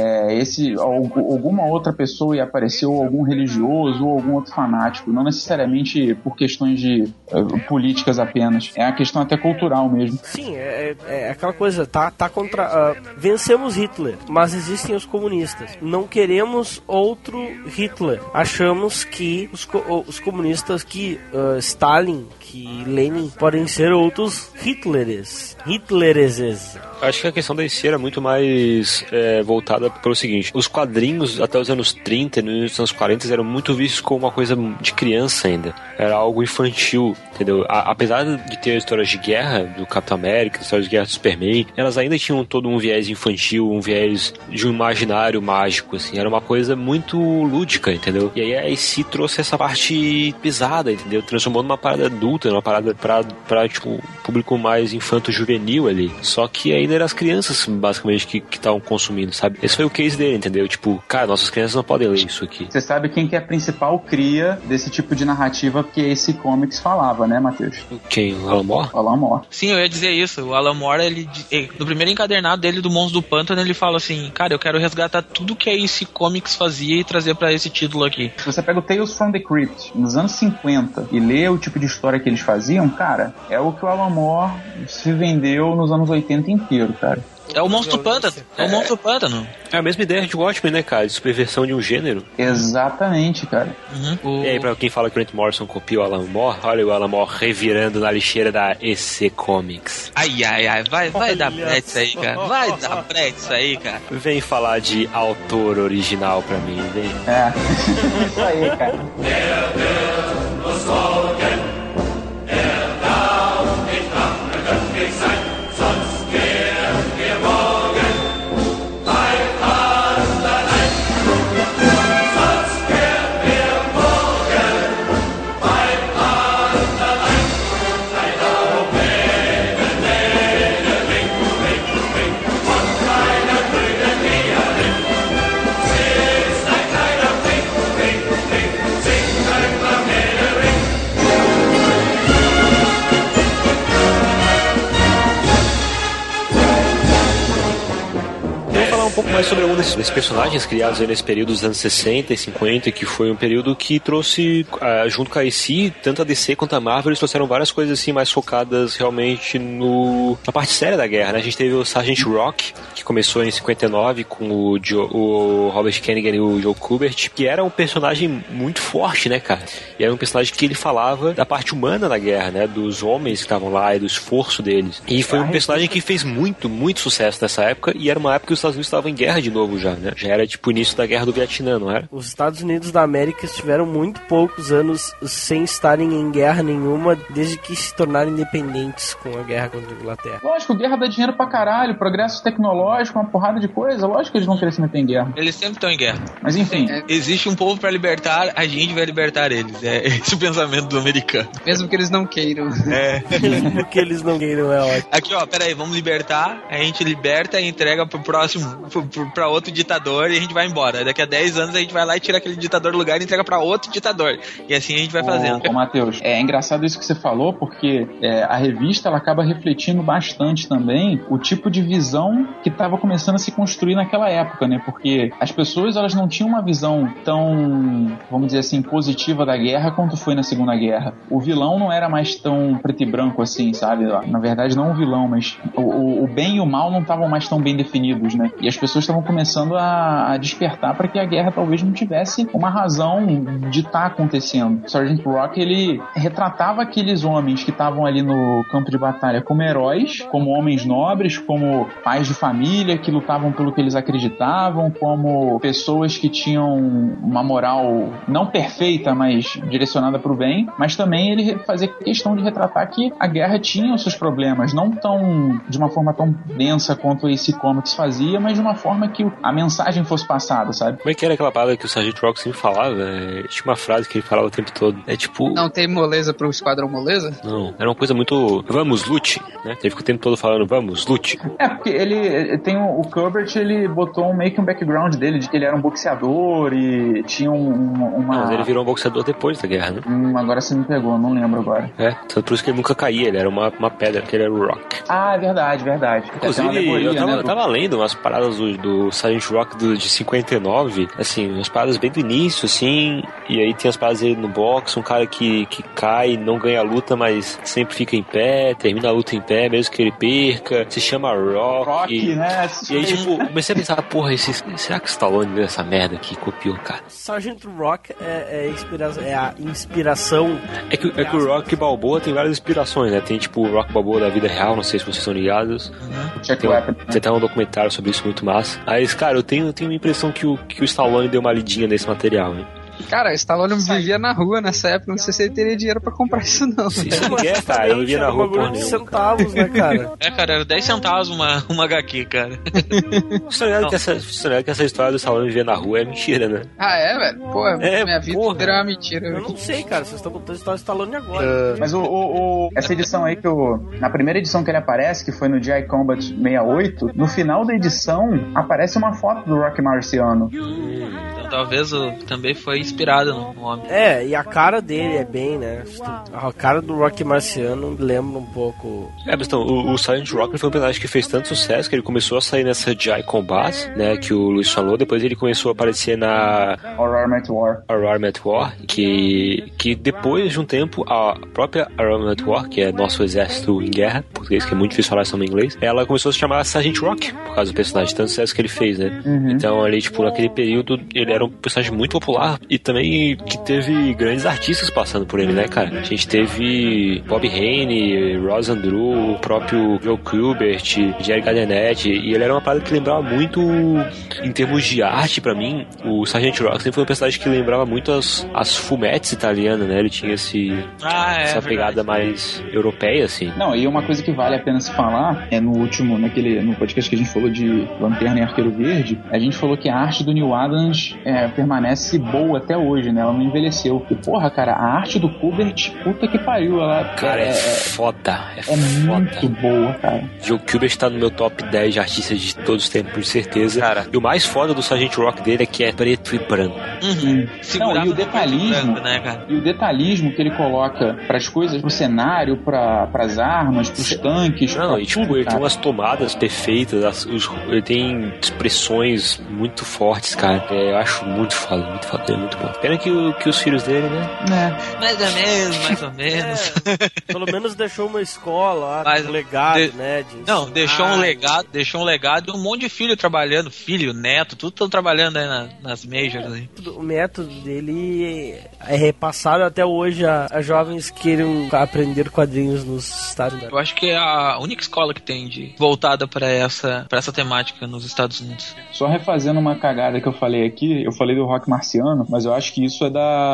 é, esse, alguma outra pessoa ia aparecer, ou algum religioso, ou algum outro fanático, não necessariamente por questões de uh, políticas apenas, é a questão até cultural mesmo. Sim, é, é aquela coisa, tá, tá contra... Uh, vencemos Hitler, mas existem os comunistas. Não queremos outro Hitler. Achamos que os, os comunistas, que uh, Stalin, que Lenin, podem ser outros Hitleres. Hitlereses. Acho que a questão da D C era muito mais é, voltada pelo seguinte: os quadrinhos até os anos trinta e nos anos quarenta eram muito vistos como uma coisa de criança ainda. Era algo infantil, entendeu? A, apesar de ter histórias de guerra do Capitão América, histórias de guerra do Superman, elas ainda tinham todo um viés infantil, um viés de um imaginário mágico, assim. Era uma coisa muito lúdica, entendeu? E aí a D C trouxe essa parte pesada, entendeu? Transformou numa parada adulta, numa parada pra, pra tipo, público mais infanto-juvenil ali. Só que ainda eram as crianças, basicamente, que estavam consumindo, sabe? Esse foi o case dele, entendeu? Tipo, cara, nossas crianças não podem ler isso aqui. Você sabe quem que é a principal cria desse tipo de narrativa que esse comics falava, né, Matheus? Quem? O Alan Moore? O Alan Moore. Sim, eu ia dizer isso. O Alan Moore, ele, ele, no primeiro encadernado dele do Monstro do Pântano, ele fala assim, cara, eu quero resgatar tudo que a A C Comics fazia e trazer pra esse título aqui. Se você pega o Tales from the Crypt, nos anos cinquenta, e lê o tipo de história que eles faziam, cara, é o que o Alan Moore se vendeu nos anos oitenta inteiro, cara. É o Monstro do Pântano. É o Monstro do Pântano. É a mesma ideia de Watchmen, né, cara? De subversão de um gênero. Exatamente, cara. Uhum. O... E aí, pra quem fala que o Grant Morrison copiou o Alan Moore, olha o Alan Moore revirando na lixeira da E C Comics. Ai, ai, ai. Vai, vai dar brete isso aí, cara. Vai dar brete isso aí, cara. Vem falar de autor original pra mim, vem. É. Isso aí, cara. Um pouco mais sobre algum desses, desses personagens criados aí nesse período dos anos sessenta e cinquenta, que foi um período que trouxe, uh, junto com a D C, tanto a D C quanto a Marvel, eles trouxeram várias coisas assim mais focadas realmente no, na parte séria da guerra, né? A gente teve o Sergeant Rock, que começou em cinquenta e nove com o, Joe, o Robert Kennigan e o Joe Kubert, que era um personagem muito forte, né, cara? E era um personagem que ele falava da parte humana da guerra, né? Dos homens que estavam lá e do esforço deles. E foi um personagem que fez muito, muito sucesso nessa época, e era uma época que os Estados Unidos estavam em guerra de novo já, né? Já era tipo o início da guerra do Vietnã, não era? Os Estados Unidos da América estiveram muito poucos anos sem estarem em guerra nenhuma, desde que se tornaram independentes com a guerra contra a Inglaterra. Lógico, guerra dá dinheiro pra caralho, progresso tecnológico, uma porrada de coisa, lógico que eles vão querer se meter em guerra. Eles sempre estão em guerra. Mas enfim. É, existe um povo pra libertar, a gente vai libertar eles. É esse o pensamento do americano. Mesmo que eles não queiram. É. Mesmo que eles não queiram, é ótimo. Aqui, ó, peraí, vamos libertar, a gente liberta e entrega pro próximo, pro, pra outro ditador e a gente vai embora. Daqui a dez anos a gente vai lá e tira aquele ditador do lugar e entrega pra outro ditador. E assim a gente vai fazendo. Ô, ô Matheus, é engraçado isso que você falou, porque é, a revista ela acaba refletindo bastante também o tipo de visão que estava começando a se construir naquela época, né? Porque as pessoas elas não tinham uma visão tão, vamos dizer assim, positiva da guerra quanto foi na Segunda Guerra. O vilão não era mais tão preto e branco assim, sabe? Na verdade, não o vilão, mas o, o bem e o mal não estavam mais tão bem definidos, né? E as pessoas estavam começando a, a despertar para que a guerra talvez não tivesse uma razão de estar tá acontecendo. Sergeant Rock, ele retratava aqueles homens que estavam ali no campo de batalha como heróis, como homens nobres, como pais de família que lutavam pelo que eles acreditavam, como pessoas que tinham uma moral não perfeita, mas direcionada para o bem, mas também ele fazia questão de retratar que a guerra tinha os seus problemas, não tão de uma forma tão densa quanto esse Comics fazia, mas de uma forma que a mensagem fosse passada, sabe? Como é que era aquela parada que o Sergeant Rock sempre falava? É, tinha uma frase que ele falava o tempo todo. É tipo... Não tem moleza pro esquadrão moleza? Não, era uma coisa muito... Vamos, lute, né? Ele ficou o tempo todo falando, vamos, lute. É, porque ele tem o, o Kubert, ele botou um, meio que um background dele, de que ele era um boxeador e tinha um, uma... Não, mas ele virou um boxeador depois da guerra, né? Hum, agora você me pegou, não lembro agora. É, por isso que ele nunca caía, ele era uma, uma pedra, porque ele era o Rock. Ah, é verdade, verdade. Inclusive, eu tava, né, eu tava lendo umas paradas do, do do Silent Rock do, de cinquenta e nove, assim, umas paradas bem do início, assim, e aí tem as paradas dele no box, um cara que, que cai, não ganha a luta, mas sempre fica em pé, termina a luta em pé, mesmo que ele perca, se chama Rock. Rock, e, né? E aí, tipo, comecei a pensar, porra, esse, será que o Stallone viu essa merda aqui, copiou, cara? Sargent Rock é, é, inspira é a inspiração. É que, é que o Rock Balboa tem várias inspirações, né? Tem, tipo, o Rock Balboa da vida real, não sei se vocês são ligados. Uhum. Tem, tem até um documentário sobre isso muito massa. Mas, cara, eu tenho, eu tenho a impressão que o, que o Stallone deu uma lidinha nesse material, hein? Cara, Stallone vivia na rua nessa época, não sei se ele teria dinheiro pra comprar isso não. Se isso não quer, cara, eu vivia na rua por nenhum. Centavos, né, cara? É, cara, era dez centavos uma, uma H Q, cara. Você não é que essa, que essa história do Stallone viver na rua é mentira, né? Ah, é, velho? Pô, é, minha vida porra. inteira é uma mentira. Eu não sei, cara, vocês estão contando a história do Stallone agora. Uh, mas o, o, o, essa edição aí que eu... Na primeira edição que ele aparece, que foi no G I Combat sessenta e oito, no final da edição aparece uma foto do Rock Marciano. Então talvez o, também foi inspirado no homem. É, e a cara dele é bem, né? A cara do Rock Marciano lembra um pouco... É, mas então, o, o Silent Rock foi um personagem que fez tanto sucesso que ele começou a sair nessa G I Combat, né, que o Luiz falou, depois ele começou a aparecer na... Aurora at War. Aurora at War, que, que depois de um tempo, a própria Aurora at War, que é nosso exército em guerra, português, que é muito difícil falar isso em inglês, ela começou a se chamar Sergeant Rock, por causa do personagem, tanto sucesso que ele fez, né? Uhum. Então, ali, tipo, naquele período, ele era um personagem muito popular e também que teve grandes artistas passando por ele, né, cara? A gente teve Bob Hayne, Ross Andrew, o próprio Joe Kubert, Jerry Garnett, e ele era uma parada que lembrava muito, em termos de arte, pra mim, o Sergeant Rock sempre foi um personagem que lembrava muito as, as fumettes italianas, né? Ele tinha esse, ah, é, essa verdade. pegada mais europeia, assim. Não, e uma coisa que vale a pena se falar é no último, naquele, no podcast que a gente falou de Lanterna e Arqueiro Verde, a gente falou que a arte do Neil Adams é, permanece boa até hoje, né? Ela não envelheceu. E, porra, cara, a arte do Kubert, puta que pariu. Ela, cara, é, é foda. É, é foda. muito boa, cara. Joe Kubert tá no meu top dez de artistas de todos os tempos, com certeza. Cara. E o mais foda do Sergeant Rock dele é que é preto e branco. Uhum. Não, e o detalhismo, branco, né, cara? E o detalhismo que ele coloca pras coisas, pro cenário, pra, pras armas, pros tanques. Não, e tipo, tudo, ele cara. tem umas tomadas perfeitas, as, os, ele tem expressões muito fortes, cara. É, eu acho muito foda, muito foda, é muito bom. Pena que, o, que os filhos dele, né? É. Mais ou menos, mais ou menos. É, pelo menos deixou uma escola, Mas, um legado, de, né? De não, deixou um legado, deixou um legado e um monte de filho trabalhando, filho, neto, tudo estão trabalhando aí na, nas majors aí. O método dele é repassado até hoje a, a jovens que queiram aprender quadrinhos nos Estados Unidos. Eu acho que é a única escola que tem de voltada para essa, para essa temática nos Estados Unidos. Só refazendo uma cagada que eu falei aqui, eu falei do Rock Marciano, mas eu acho que isso é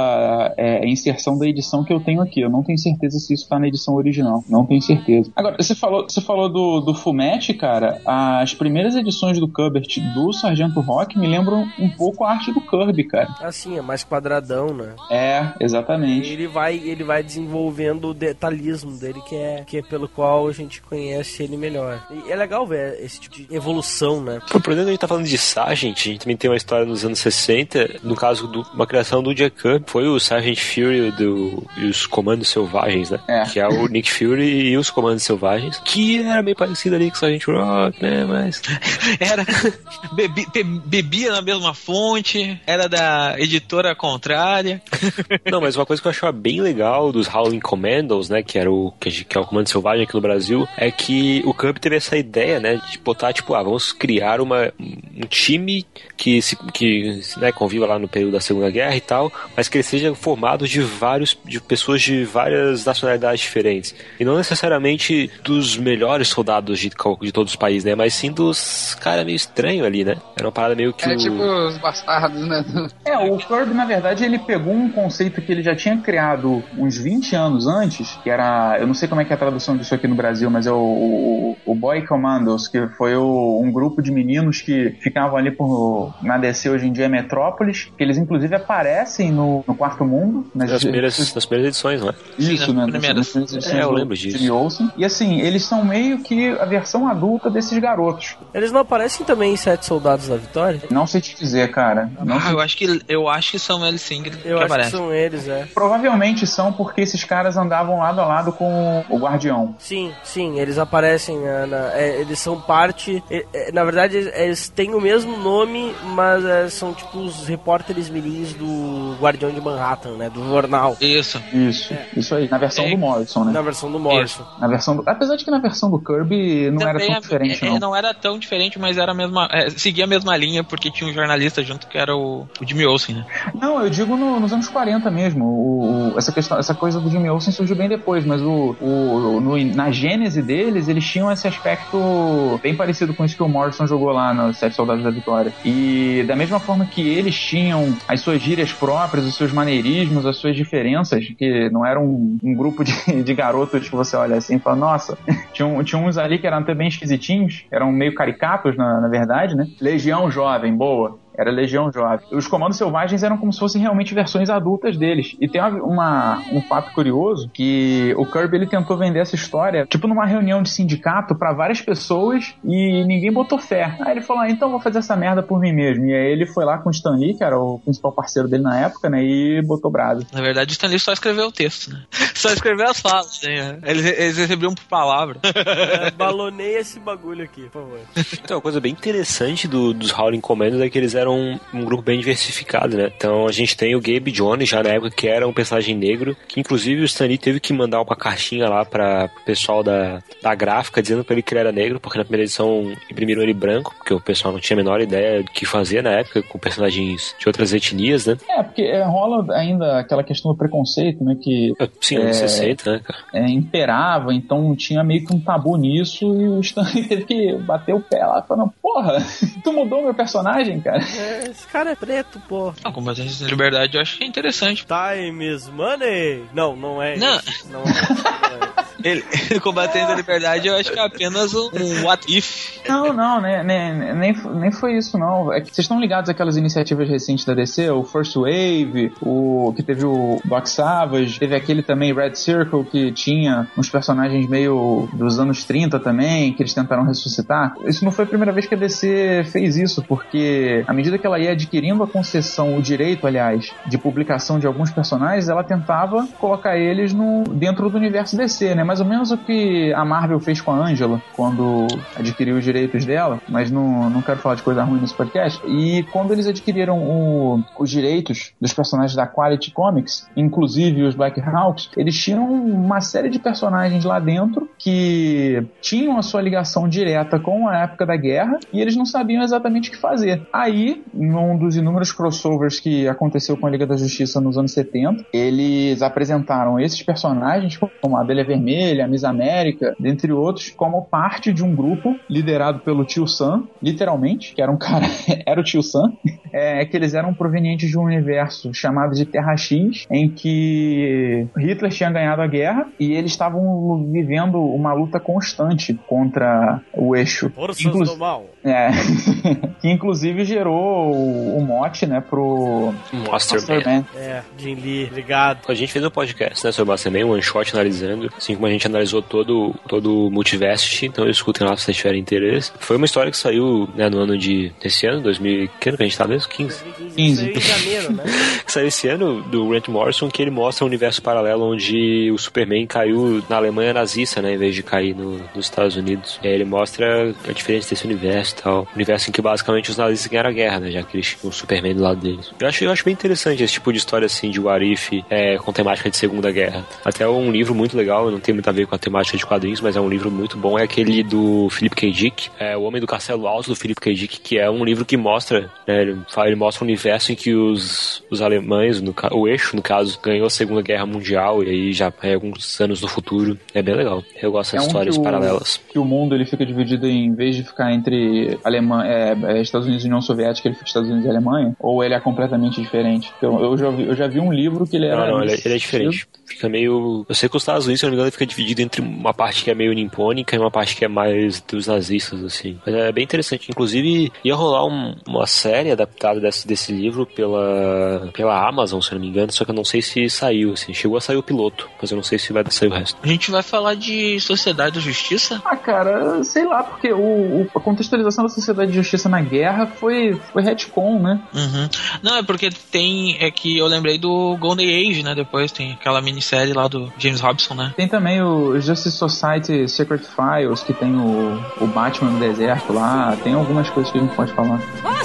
da é, é inserção da edição que eu tenho aqui. Eu não tenho certeza se isso tá na edição original. Não tenho certeza. Agora, você falou, você falou do, do Fumete, cara. As primeiras edições do Kubert do Sargento Rock me lembram um pouco a arte do Kirby, cara. Assim, é mais quadradão, né? É, exatamente. Ele vai, ele vai desenvolvendo o detalhismo dele, que é, que é pelo qual a gente conhece ele melhor. E é legal ver esse tipo de evolução, né? Por exemplo, a gente tá falando de Sargent, a gente também tem uma história nos anos sessenta, no caso de uma criação do Jack Kirby, foi o Sargent Fury do, e os Comandos Selvagens, né? É. Que é o Nick Fury e os Comandos Selvagens, que era meio parecido ali com o Sargent Rock, né? Mas... era... Bebi, bebia na mesma fonte, era da editora contrária. Não, mas uma coisa que eu achava bem legal dos Howling Commandos, né? Que era o, que é o Comando Selvagem aqui no Brasil, é que o Kirby teve essa ideia, né? De botar, tipo, ah, vamos criar uma, um time que, se, que né, conviva lá no período da Segunda Guerra e tal, mas que ele seja formado de vários, de pessoas de várias nacionalidades diferentes. E não necessariamente dos melhores soldados de, de todos os países, né? Mas sim dos caras meio estranhos ali, né? Era uma parada meio que É o... tipo os bastardos, né? É, o Kirby, na verdade, ele pegou um conceito que ele já tinha criado uns vinte anos antes, que era, eu não sei como é que é a tradução disso aqui no Brasil, mas é o, o, o Boy Commandos, que foi o, um grupo de meninos que ficavam ali por, na D C hoje em dia é Metrópolis, que eles inclusive aparecem no, no Quarto Mundo. Nas, nas, primeiras, nas primeiras edições, não é? Isso, Sim, né? nas primeiras. Nas primeiras edições é, eu do, lembro disso. Jimmy Olsen. E assim, eles são meio que a versão adulta desses garotos. Eles não aparecem também em Sete Soldados da Vitória? Não sei te dizer, cara. Não ah, sei. eu acho que eu acho que são eles sim que, Eu que acho aparecem. que são eles, é. Provavelmente são porque esses caras andavam lado a lado com o Guardião. Sim, sim, eles aparecem na, na, é, eles são parte, é, é, na verdade eles, eles têm o mesmo nome, mas é, são tipo os repórteres mirins do Guardião de Manhattan, né, do jornal. Isso. Isso, é. isso aí, na versão é. do Morrison, né? Na versão do Morrison. Na versão do... Apesar de que na versão do Kirby não Também era tão é, diferente, é, não. Não era tão diferente, mas era a mesma, é, seguia a mesma linha, porque tinha um jornalista junto que era o, o Jimmy Olsen, né? Não, eu digo no, nos anos quarenta mesmo. O, o, essa, questão, essa coisa do Jimmy Olsen surgiu bem depois, mas o, o, no, na gênese deles, eles tinham esse aspecto bem parecido com isso que o Morrison jogou lá no Sete Soldados da Vitória. E da mesma forma que eles tinham as suas gírias próprias, os seus maneirismos, as suas diferenças, que não era um, um grupo de, de garotos que você olha assim e fala, nossa, tinha, tinha uns ali que eram até bem esquisitinhos, eram meio caricatos na, na verdade, né? Legião Jovem, boa. Era Legião Jovem. Os Comandos Selvagens eram como se fossem realmente versões adultas deles. E tem uma, uma, um fato curioso, que o Kirby ele tentou vender essa história, tipo numa reunião de sindicato pra várias pessoas e ninguém botou fé. Aí ele falou, ah, então vou fazer essa merda por mim mesmo. E aí ele foi lá com o Stan Lee, que era o principal parceiro dele na época, né, e botou brasa. Na verdade o Stan Lee só escreveu o texto, né? Só escreveu as falas, né? Eles, eles recebiam por palavra. É, baloneia esse bagulho aqui, por favor. Então, uma coisa bem interessante do, dos Howling Commandos é que eles eram Um, um grupo bem diversificado, né? Então a gente tem o Gabe Jones já na época, que era um personagem negro, que inclusive o Stan Lee teve que mandar uma cartinha lá para o pessoal da, da gráfica dizendo pra ele que ele era negro, porque na primeira edição imprimiram ele branco, porque o pessoal não tinha a menor ideia do que fazer na época com personagens de outras etnias, né? É, porque é, rola ainda aquela questão do preconceito, né? Que Sim, anos sessenta, né, cara? É, imperava, então tinha meio que um tabu nisso e o Stan Lee teve que bater o pé lá falando, porra, tu mudou meu personagem, cara? É, esse cara é preto, pô. Não, Combatentes da Liberdade eu acho que é interessante. Time is money. Não, não é Não. isso. Não é isso. Não é isso. Ele, Combatentes da Liberdade eu acho que é apenas um, um what if. Não, não, né, né, nem, nem foi isso, não. É que vocês estão ligados àquelas iniciativas recentes da D C, o First Wave, o que teve o Doc Savage, teve aquele também Red Circle, que tinha uns personagens meio dos anos trinta também, que eles tentaram ressuscitar. Isso não foi a primeira vez que a D C fez isso, porque à medida que ela ia adquirindo a concessão, o direito, aliás, de publicação de alguns personagens, ela tentava colocar eles no, dentro do universo D C, né? Mais ou menos o que a Marvel fez com a Angela, quando adquiriu os direitos dela, mas não, não quero falar de coisa ruim nesse podcast. E quando eles adquiriram o, os direitos dos personagens da Quality Comics, inclusive os Black Hawks, eles tinham uma série de personagens lá dentro que tinham a sua ligação direta com a época da guerra e eles não sabiam exatamente o que fazer. Aí, num dos inúmeros crossovers que aconteceu com a Liga da Justiça nos anos setenta, eles apresentaram esses personagens como a Abelha Vermelha, a Miss América, dentre outros, como parte de um grupo liderado pelo Tio Sam, literalmente, que era um cara, era o Tio Sam, é, que eles eram provenientes de um universo chamado de Terra X, em que Hitler tinha ganhado a guerra e eles estavam vivendo uma luta constante contra o eixo. Forças Inclu- do mal. É, que inclusive gerou o, o mote, né, pro Masterman. É, Jim Lee, obrigado. A gente fez um podcast, né, sobre o Masterman, um one shot analisando, assim como a gente analisou todo, todo o Multiverse, então escutem lá se vocês tiverem interesse. Foi uma história que saiu, né, no ano de, desse ano, dois mil e que ano que a gente tá mesmo? quinze. quinze. Saiu em janeiro, né? Que saiu esse ano, do Grant Morrison, que ele mostra um universo paralelo onde o Superman caiu na Alemanha nazista, né, em vez de cair no, nos Estados Unidos. E aí ele mostra a diferença desse universo e tal. Universo em que basicamente os nazistas ganharam a guerra, né, já que eles tinham o Superman do lado deles. Eu acho, eu acho bem interessante esse tipo de história, assim, de What If, é, com temática de Segunda Guerra. Até um livro muito legal, não tem muito a ver com a temática de quadrinhos, mas é um livro muito bom, é aquele do Philip K. Dick, é O Homem do Castelo Alto, do Philip K. Dick, que é um livro que mostra, né, ele, fala, ele mostra um universo em que os, os alemães, no, o eixo, no caso, ganhou a Segunda Guerra Mundial, e aí já é alguns anos no futuro. É bem legal. Eu gosto das é um histórias que o, paralelas. Que o mundo ele fica dividido em vez de ficar entre Alemanha, é, é, Estados Unidos e União Soviética, ele fica Estados Unidos e Alemanha, ou ele é completamente diferente? Eu, eu, já, vi, eu já vi um livro que ele era... Não, não, ele, ele é diferente. Fica meio... Eu sei que os Estados Unidos, se não me engano, ele fica dividido entre uma parte que é meio nipônica e uma parte que é mais dos nazistas, assim. Mas é bem interessante. Inclusive, ia rolar um, uma série da, adaptada desse, desse livro pela, pela Amazon, se eu não me engano, só que eu não sei se saiu, assim, chegou a sair o piloto, mas eu não sei se vai sair o resto. A gente vai falar de Sociedade da Justiça? Ah, cara, sei lá, porque o, o, a contextualização da Sociedade de Justiça na guerra foi, foi retcon, né? Uhum. Não, é porque tem, é que eu lembrei do Golden Age, né, depois tem aquela minissérie lá do James Robson, né? Tem também o Justice Society Secret Files, que tem o, o Batman no deserto lá, tem algumas coisas que a gente pode falar.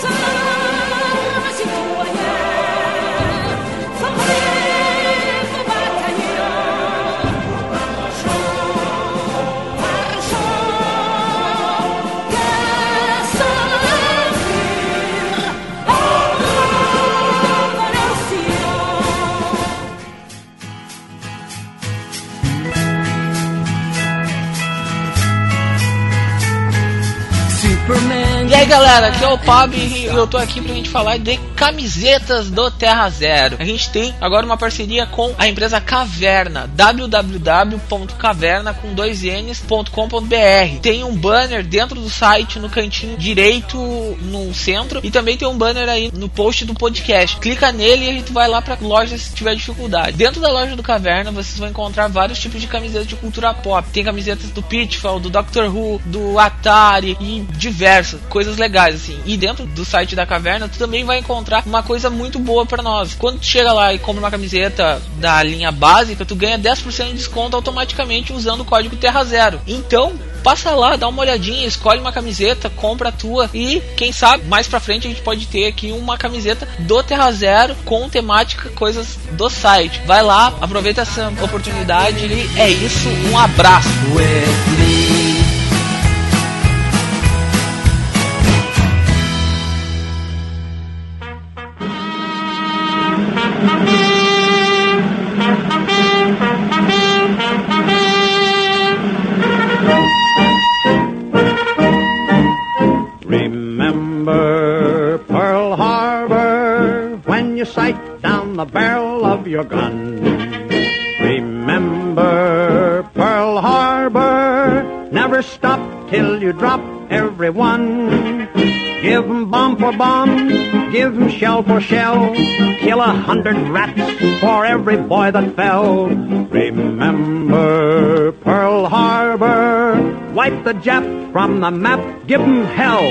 E aí galera, aqui é o Pab e eu tô aqui pra gente falar de camisetas do Terra Zero. A gente tem agora uma parceria com a empresa Caverna, w w w ponto caverna com dois n's ponto com ponto b r. Tem um banner dentro do site no cantinho direito no centro e também tem um banner aí no post do podcast. Clica nele e a gente vai lá pra loja se tiver dificuldade. Dentro da loja do Caverna vocês vão encontrar vários tipos de camisetas de cultura pop. Tem camisetas do Pitfall, do Doctor Who, do Atari e diversas coisas legais assim. E dentro do site da Caverna tu também vai encontrar uma coisa muito boa pra nós. Quando tu chega lá e compra uma camiseta da linha básica, tu ganha dez por cento de desconto automaticamente usando o código Terra Zero. Então passa lá, dá uma olhadinha, escolhe uma camiseta, compra a tua e quem sabe mais pra frente a gente pode ter aqui uma camiseta do Terra Zero com temática coisas do site. Vai lá, aproveita essa oportunidade e é isso, um abraço. Remember Pearl Harbor when you sight down the barrel of your gun. Remember Pearl Harbor, never stop till you drop everyone. Give 'em bomb for bomb, give 'em shell for shell, kill a hundred rats for every boy that fell. Remember Pearl Harbor, wipe the Jap from the map, give 'em hell.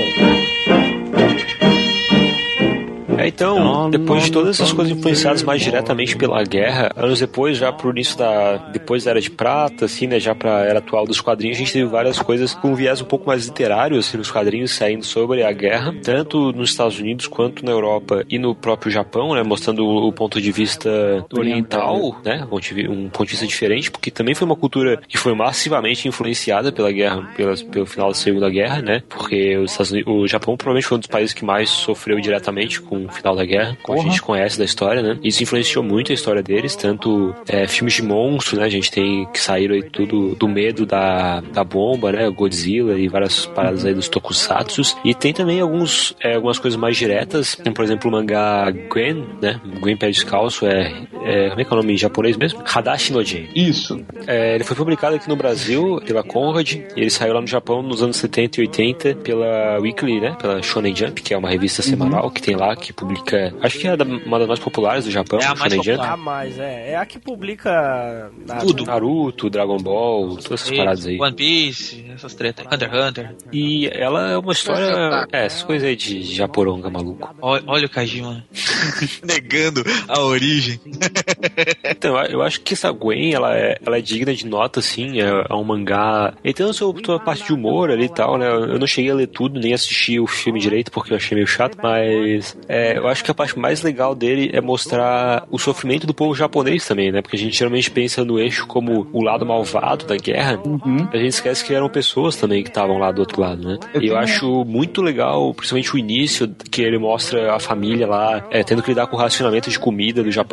É, então, depois de todas essas coisas influenciadas mais diretamente pela guerra, anos depois, já pro início da... depois da Era de Prata, assim, né, já pra Era Atual dos quadrinhos, a gente teve várias coisas com um viés um pouco mais literário, assim, nos quadrinhos saindo sobre a guerra, tanto nos Estados Unidos quanto na Europa e no próprio Japão, né, mostrando o ponto de vista oriental, né, um ponto de vista diferente, porque também foi uma cultura que foi massivamente influenciada pela guerra, pela, pelo final da Segunda Guerra, né, porque os Estados Unidos, o Japão provavelmente foi um dos países que mais sofreu diretamente com o final da guerra, como Porra. a gente conhece da história, né? Isso influenciou muito a história deles, tanto é, filmes de monstro, né? A gente tem que saíram aí tudo do medo da, da bomba, né? Godzilla e várias paradas aí dos tokusatsus. E tem também alguns, é, algumas coisas mais diretas, como por exemplo o mangá Gwen, né? Gwen Pé Descalço, é, é, como é que é o nome em japonês mesmo? Hadashi no Gen. Isso. É, ele foi publicado aqui no Brasil pela Conrad, e ele saiu lá no Japão nos anos setenta e oitenta pela Weekly, né? Pela Shonen Jump, que é uma revista semanal uhum. que tem lá, que publica, acho que é uma das mais populares do Japão, é a mais Shonen Jump. Ah, mais, é. É a que publica tudo. Naruto, Dragon Ball, todas essas paradas aí. One Piece, essas tretas aí. Hunter x Hunter. E ela é uma história... É, essas coisas aí de japoronga maluco. Olha, olha o Kajima negando a origem. Então, eu acho que essa Gwen, ela é, ela é digna de nota, assim, é, é um mangá... Então, a sua parte de humor ali e tal, né? Eu não cheguei a ler tudo, nem assisti o filme direito, porque eu achei meio chato, mas é, eu acho que a parte mais legal dele é mostrar o sofrimento do povo japonês também, né? Porque a gente geralmente pensa no eixo como o lado malvado da guerra, uhum. a gente esquece que eram pessoas também que estavam lá do outro lado, né? Eu e eu acho muito legal, principalmente o início, que ele mostra a família lá, é, tendo que lidar com o racionamento de comida do Japão na época,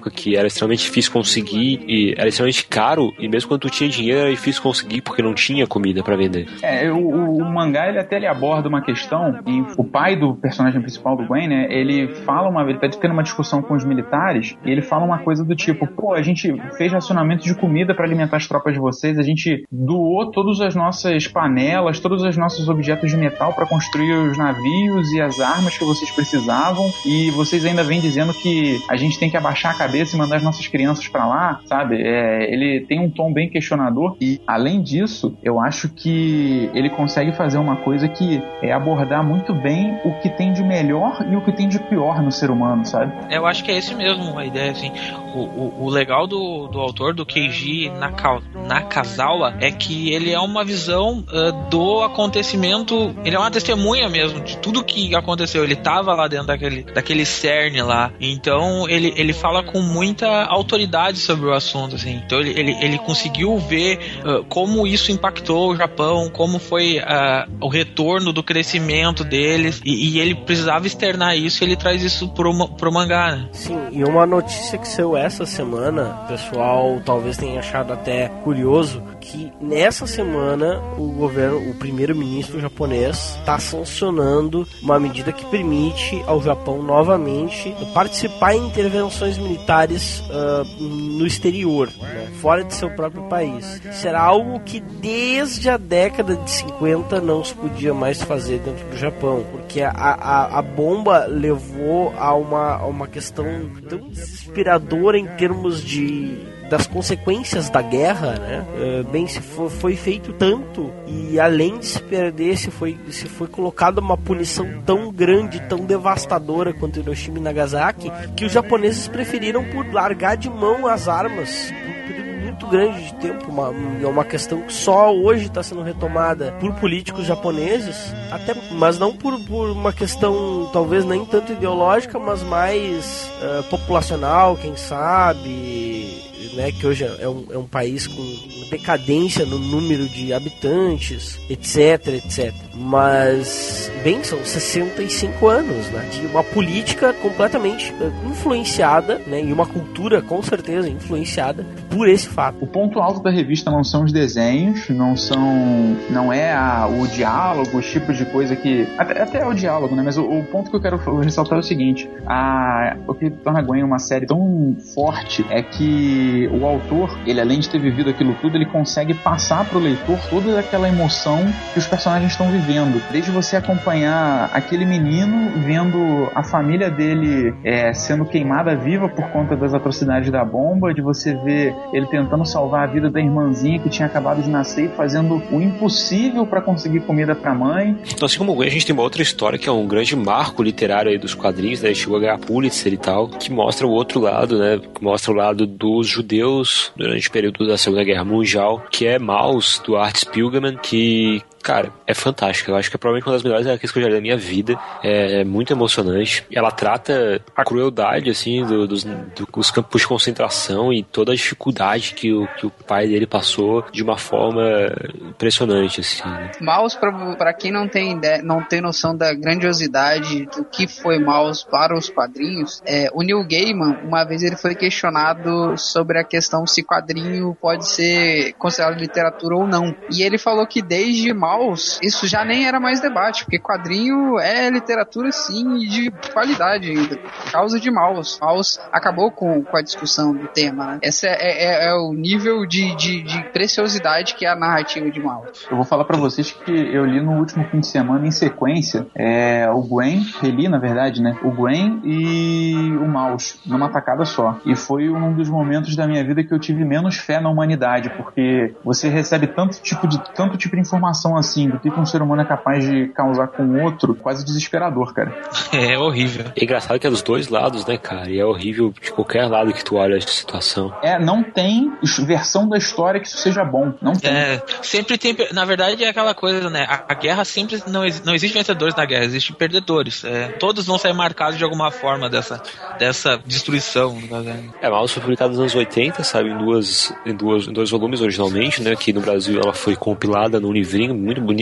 época que era extremamente difícil conseguir, e era extremamente caro, e mesmo quando tu tinha dinheiro era difícil conseguir porque não tinha comida pra vender. É, o, o, o mangá, ele até ele aborda uma questão, e o pai do personagem principal do Gwen, né, ele fala uma vez, ele tá tendo uma discussão com os militares, e ele fala uma coisa do tipo, pô, a gente fez racionamento de comida pra alimentar as tropas de vocês, a gente doou todas as nossas panelas, todos os nossos objetos de metal pra construir os navios e as armas que vocês precisavam, e vocês ainda vêm dizendo que a gente tem que abaixar a cabeça e mandar as nossas crianças pra lá, sabe? É, ele tem um tom bem questionador, e além disso, eu acho que ele consegue fazer uma coisa que é abordar muito bem o que tem de melhor e o que tem de pior no ser humano, sabe? Eu acho que é esse mesmo a ideia, assim. O, o, o legal do, do autor, do Keiji Naka, Nakazawa, é que ele é uma visão uh, do acontecimento, ele é uma testemunha mesmo de tudo que aconteceu. Ele tava lá dentro daquele, daquele cerne lá, então ele, ele fala com muita autoridade sobre o assunto, assim. Então ele, ele, ele conseguiu ver uh, como isso impactou o Japão, como foi uh, o retorno do crescimento deles, e, e ele precisava externar isso, e ele traz isso pro, pro mangá, né? Sim, e uma notícia que saiu essa semana, o pessoal talvez tenha achado até curioso, que nessa semana o governo, o primeiro-ministro japonês está sancionando uma medida que permite ao Japão novamente participar em intervenções militares uh, no exterior, né, fora de seu próprio país. Será algo que desde a década de cinquenta não se podia mais fazer dentro do Japão, porque a, a, a bomba levou a uma, a uma questão tão desesperadora em termos de das consequências da guerra, né? Uh, bem, se foi, foi feito tanto, e além de se perder, se foi, se foi colocada uma punição tão grande, tão devastadora quanto Hiroshima e Nagasaki, que os japoneses preferiram por largar de mão as armas por um período muito grande de tempo. Uma, uma questão que só hoje está sendo retomada por políticos japoneses, até, mas não por, por uma questão talvez nem tanto ideológica, mas mais uh, populacional, quem sabe, né, que hoje é um, é um país com decadência no número de habitantes, etc, etcétera. Mas, bem, são sessenta e cinco anos, né, de uma política completamente influenciada, né, e uma cultura, com certeza, influenciada por esse fato. O ponto alto da revista não são os desenhos, não são, não é a, o diálogo, os tipos de coisa que... Até, até é o diálogo, né, mas o, o ponto que eu quero ressaltar é o seguinte, a, o que torna Gwen uma série tão forte é que o autor, ele além de ter vivido aquilo tudo, ele consegue passar pro leitor toda aquela emoção que os personagens estão vivendo. Desde você acompanhar aquele menino vendo a família dele é, sendo queimada viva por conta das atrocidades da bomba, de você ver ele tentando salvar a vida da irmãzinha que tinha acabado de nascer e fazendo o impossível para conseguir comida pra mãe. Então, assim como a gente tem uma outra história que é um grande marco literário aí dos quadrinhos, né? Chegou a ganhar Pulitzer e tal, que mostra o outro lado, né? Que mostra o lado dos judeus durante o período da Segunda Guerra Mundial, que é Maus, do Art Spiegelman, que, cara, é fantástica. Eu acho que é provavelmente uma das melhores arquivos que eu já li da minha vida. É muito emocionante. Ela trata a crueldade, assim, do, dos, dos campos de concentração e toda a dificuldade que o, que o pai dele passou de uma forma impressionante, assim. Maus, pra, pra quem não tem ideia, não tem noção da grandiosidade do que foi Maus para os quadrinhos, é, o Neil Gaiman, uma vez ele foi questionado sobre a questão se quadrinho pode ser considerado literatura ou não. E ele falou que desde Maus, isso já nem era mais debate, porque quadrinho é literatura sim, e de qualidade ainda, por causa de Maus. Maus acabou com, com a discussão do tema, né? Esse é, é, é o nível de, de, de preciosidade que é a narrativa de Maus. Eu vou falar pra vocês que eu li no último fim de semana em sequência é, o Gwen, reli na verdade, né? O Gwen e o Maus, numa tacada só. E foi um dos momentos da minha vida que eu tive menos fé na humanidade, porque você recebe tanto tipo de, tanto tipo de informação assim, do que um ser humano é capaz de causar com o outro, quase desesperador, cara. É horrível. É engraçado que é dos dois lados, né, cara? E é horrível de qualquer lado que tu olha essa situação. É, não tem versão da história que isso seja bom. Não tem. É, sempre tem... Na verdade, é aquela coisa, né? A, a guerra sempre... Não, não existe vencedores na guerra, existe perdedores. É, todos vão sair marcados de alguma forma dessa, dessa destruição. É, Maus foi publicado nos anos oitenta, sabe? Em, duas, em, duas, em dois volumes originalmente, né? Aqui no Brasil ela foi compilada num livrinho muito bonito.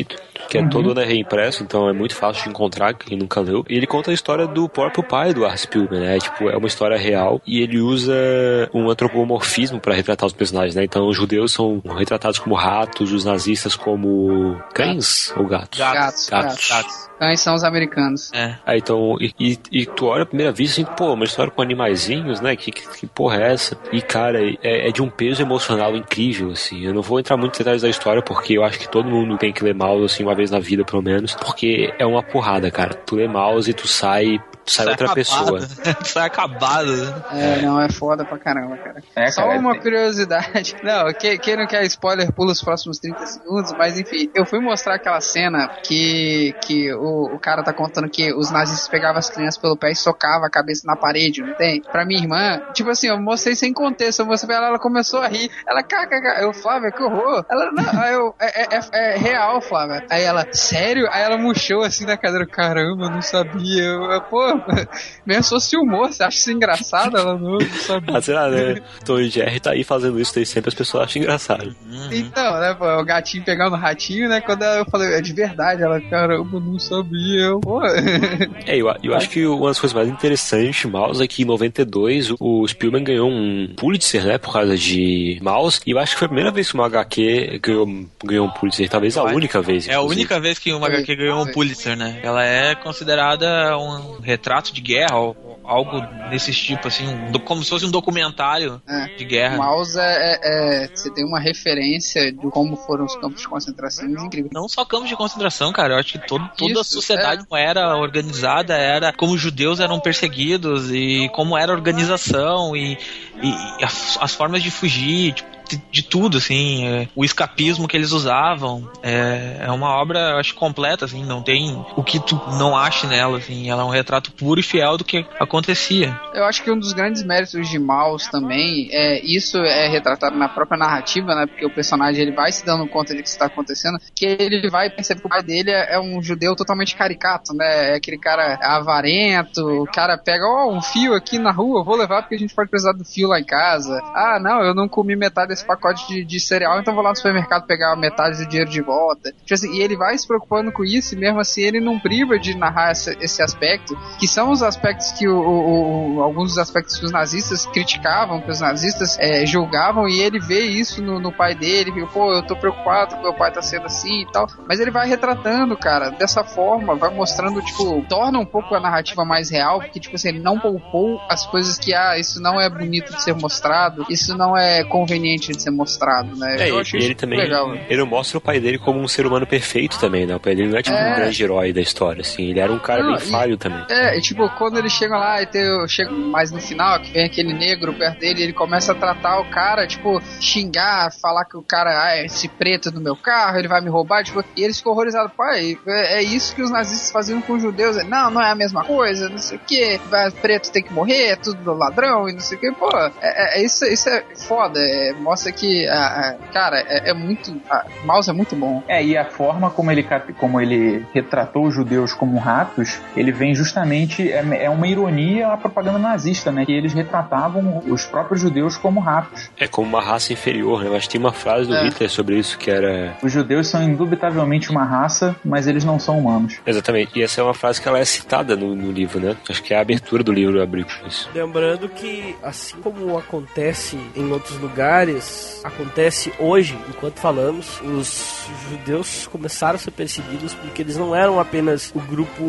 que é Uhum. todo, né, reimpresso, então é muito fácil de encontrar, quem nunca leu. E ele conta a história do próprio pai do Art Spiegelman, né? Tipo, é uma história real e ele usa um antropomorfismo pra retratar os personagens, né? Então os judeus são retratados como ratos, os nazistas como cães ou gatos? Gatos. Gatos. Gatos. Cães são os americanos. É. Ah, então, e, e, e tu olha à primeira vista assim, pô, uma história com animaizinhos, né? Que, que, que porra é essa? E, cara, é, é de um peso emocional incrível, assim. Eu não vou entrar muito em detalhes da história, porque eu acho que todo mundo tem que ler Maus, assim, uma vez na vida, pelo menos. Porque é uma porrada, cara. Tu lê Maus e tu sai... Sai, sai outra acabado. pessoa. Sai acabado. É, não, é foda pra caramba, cara. É, Só cara, uma é- curiosidade. Não, quem, quem não quer spoiler, pula os próximos trinta segundos, mas enfim, eu fui mostrar aquela cena que, que o, o cara tá contando que os nazistas pegavam as crianças pelo pé e socavam a cabeça na parede, não tem? Pra minha irmã, tipo assim, eu mostrei sem contexto, eu mostrei pra ela, ela começou a rir. Ela, caca, eu, Flávia, que horror. Ela, não, aí eu, é, é, é, é real, Flávia. Aí ela, sério? Aí ela murchou assim na cadeira, caramba, eu não sabia. Eu, eu, pô, mesmo se fosse humor, você acha isso engraçado? Ela não, não sabia. Ah, sei lá, né? Tom e Jerry tá aí fazendo isso, daí sempre as pessoas acham engraçado. Então, né, pô, o gatinho pegando o ratinho, né, quando eu falei, é de verdade, ela, caramba, eu não sabia, pô. É, eu, eu acho que uma das coisas mais interessantes de Maus é que em noventa e dois o Spielman ganhou um Pulitzer, né, por causa de Maus, e eu acho que foi a primeira vez que uma H Q ganhou, ganhou um Pulitzer, talvez a única vez. É a única vez que uma H Q ganhou um Pulitzer, né? Ela é considerada um retrato de guerra, ou algo desse tipo, assim, um, do- como se fosse um documentário É. de guerra. Maus é, é, é- você tem uma referência de como foram os campos de concentração incrível. Não só campos de concentração, cara. Eu acho que todo, toda a Isso, sociedade como era organizada, era como os judeus eram perseguidos e como era a organização e, e, e as, as formas de fugir, tipo, de, de tudo, assim, é, o escapismo que eles usavam. É, é uma obra, eu acho, completa, assim, não tem o que tu não ache nela, assim. Ela é um retrato puro e fiel do que acontecia. Eu acho que um dos grandes méritos de Maus também é isso é retratado na própria narrativa, né? Porque o personagem ele vai se dando conta de que isso está acontecendo, que ele vai perceber que o pai dele é é um judeu totalmente caricato, né? É aquele cara avarento, o cara pega, ó, um fio aqui na rua, eu vou levar porque a gente pode precisar do fio lá em casa. Ah, não, eu não comi metade desse pacote de, de cereal, então vou lá no supermercado pegar metade do dinheiro de volta. Tipo assim, e ele vai se preocupando com isso, e mesmo assim ele não priva de narrar esse, esse aspecto, que são os aspectos que o, o, o- alguns dos aspectos que os nazistas criticavam, que os nazistas é, julgavam, e ele vê isso no, no pai dele, viu, pô, eu tô preocupado que meu pai tá sendo assim e tal, mas ele vai retratando, cara, dessa forma, vai mostrando, tipo, torna um pouco a narrativa mais real, porque, tipo assim, ele não poupou as coisas que, ah, isso não é bonito de ser mostrado, isso não é conveniente de ser mostrado, né? É, Eu e acho ele isso também, legal, né? ele mostra o pai dele como um ser humano perfeito também, né? O pai dele não é tipo É. um grande herói da história, assim, ele era um cara Não, bem e- falho também. É, e tipo, quando ele chega lá e tem, chega mais no final, que vem aquele negro perto dele, ele começa a tratar o cara, tipo, xingar, falar que o cara, ah, esse preto no meu carro, ele vai me roubar, tipo, e eles ficam horrorizados, pai, é, é isso que os nazistas faziam com os judeus, não, não é a mesma coisa, não sei o que, preto tem que morrer, é tudo ladrão, e não sei o que, pô, é, é, isso, isso é foda, é, mostra que, ah, ah, cara, é, é muito, ah, Maus é muito bom. É, e a forma como ele, cap- como ele retratou os judeus como ratos, ele vem justamente, é, é uma ironia à propaganda nazista, né? Que eles retratavam os próprios judeus como ratos. É como uma raça inferior, né? Mas tem uma frase do É. Hitler sobre isso que era... Os judeus são indubitavelmente uma raça, mas eles não são humanos. Exatamente, e essa é uma frase que ela é citada no, no livro, né? Acho que é a abertura do livro abriu com isso. Lembrando que, assim como acontece em outros lugares, acontece hoje, enquanto falamos, os judeus começaram a ser perseguidos porque eles não eram apenas o grupo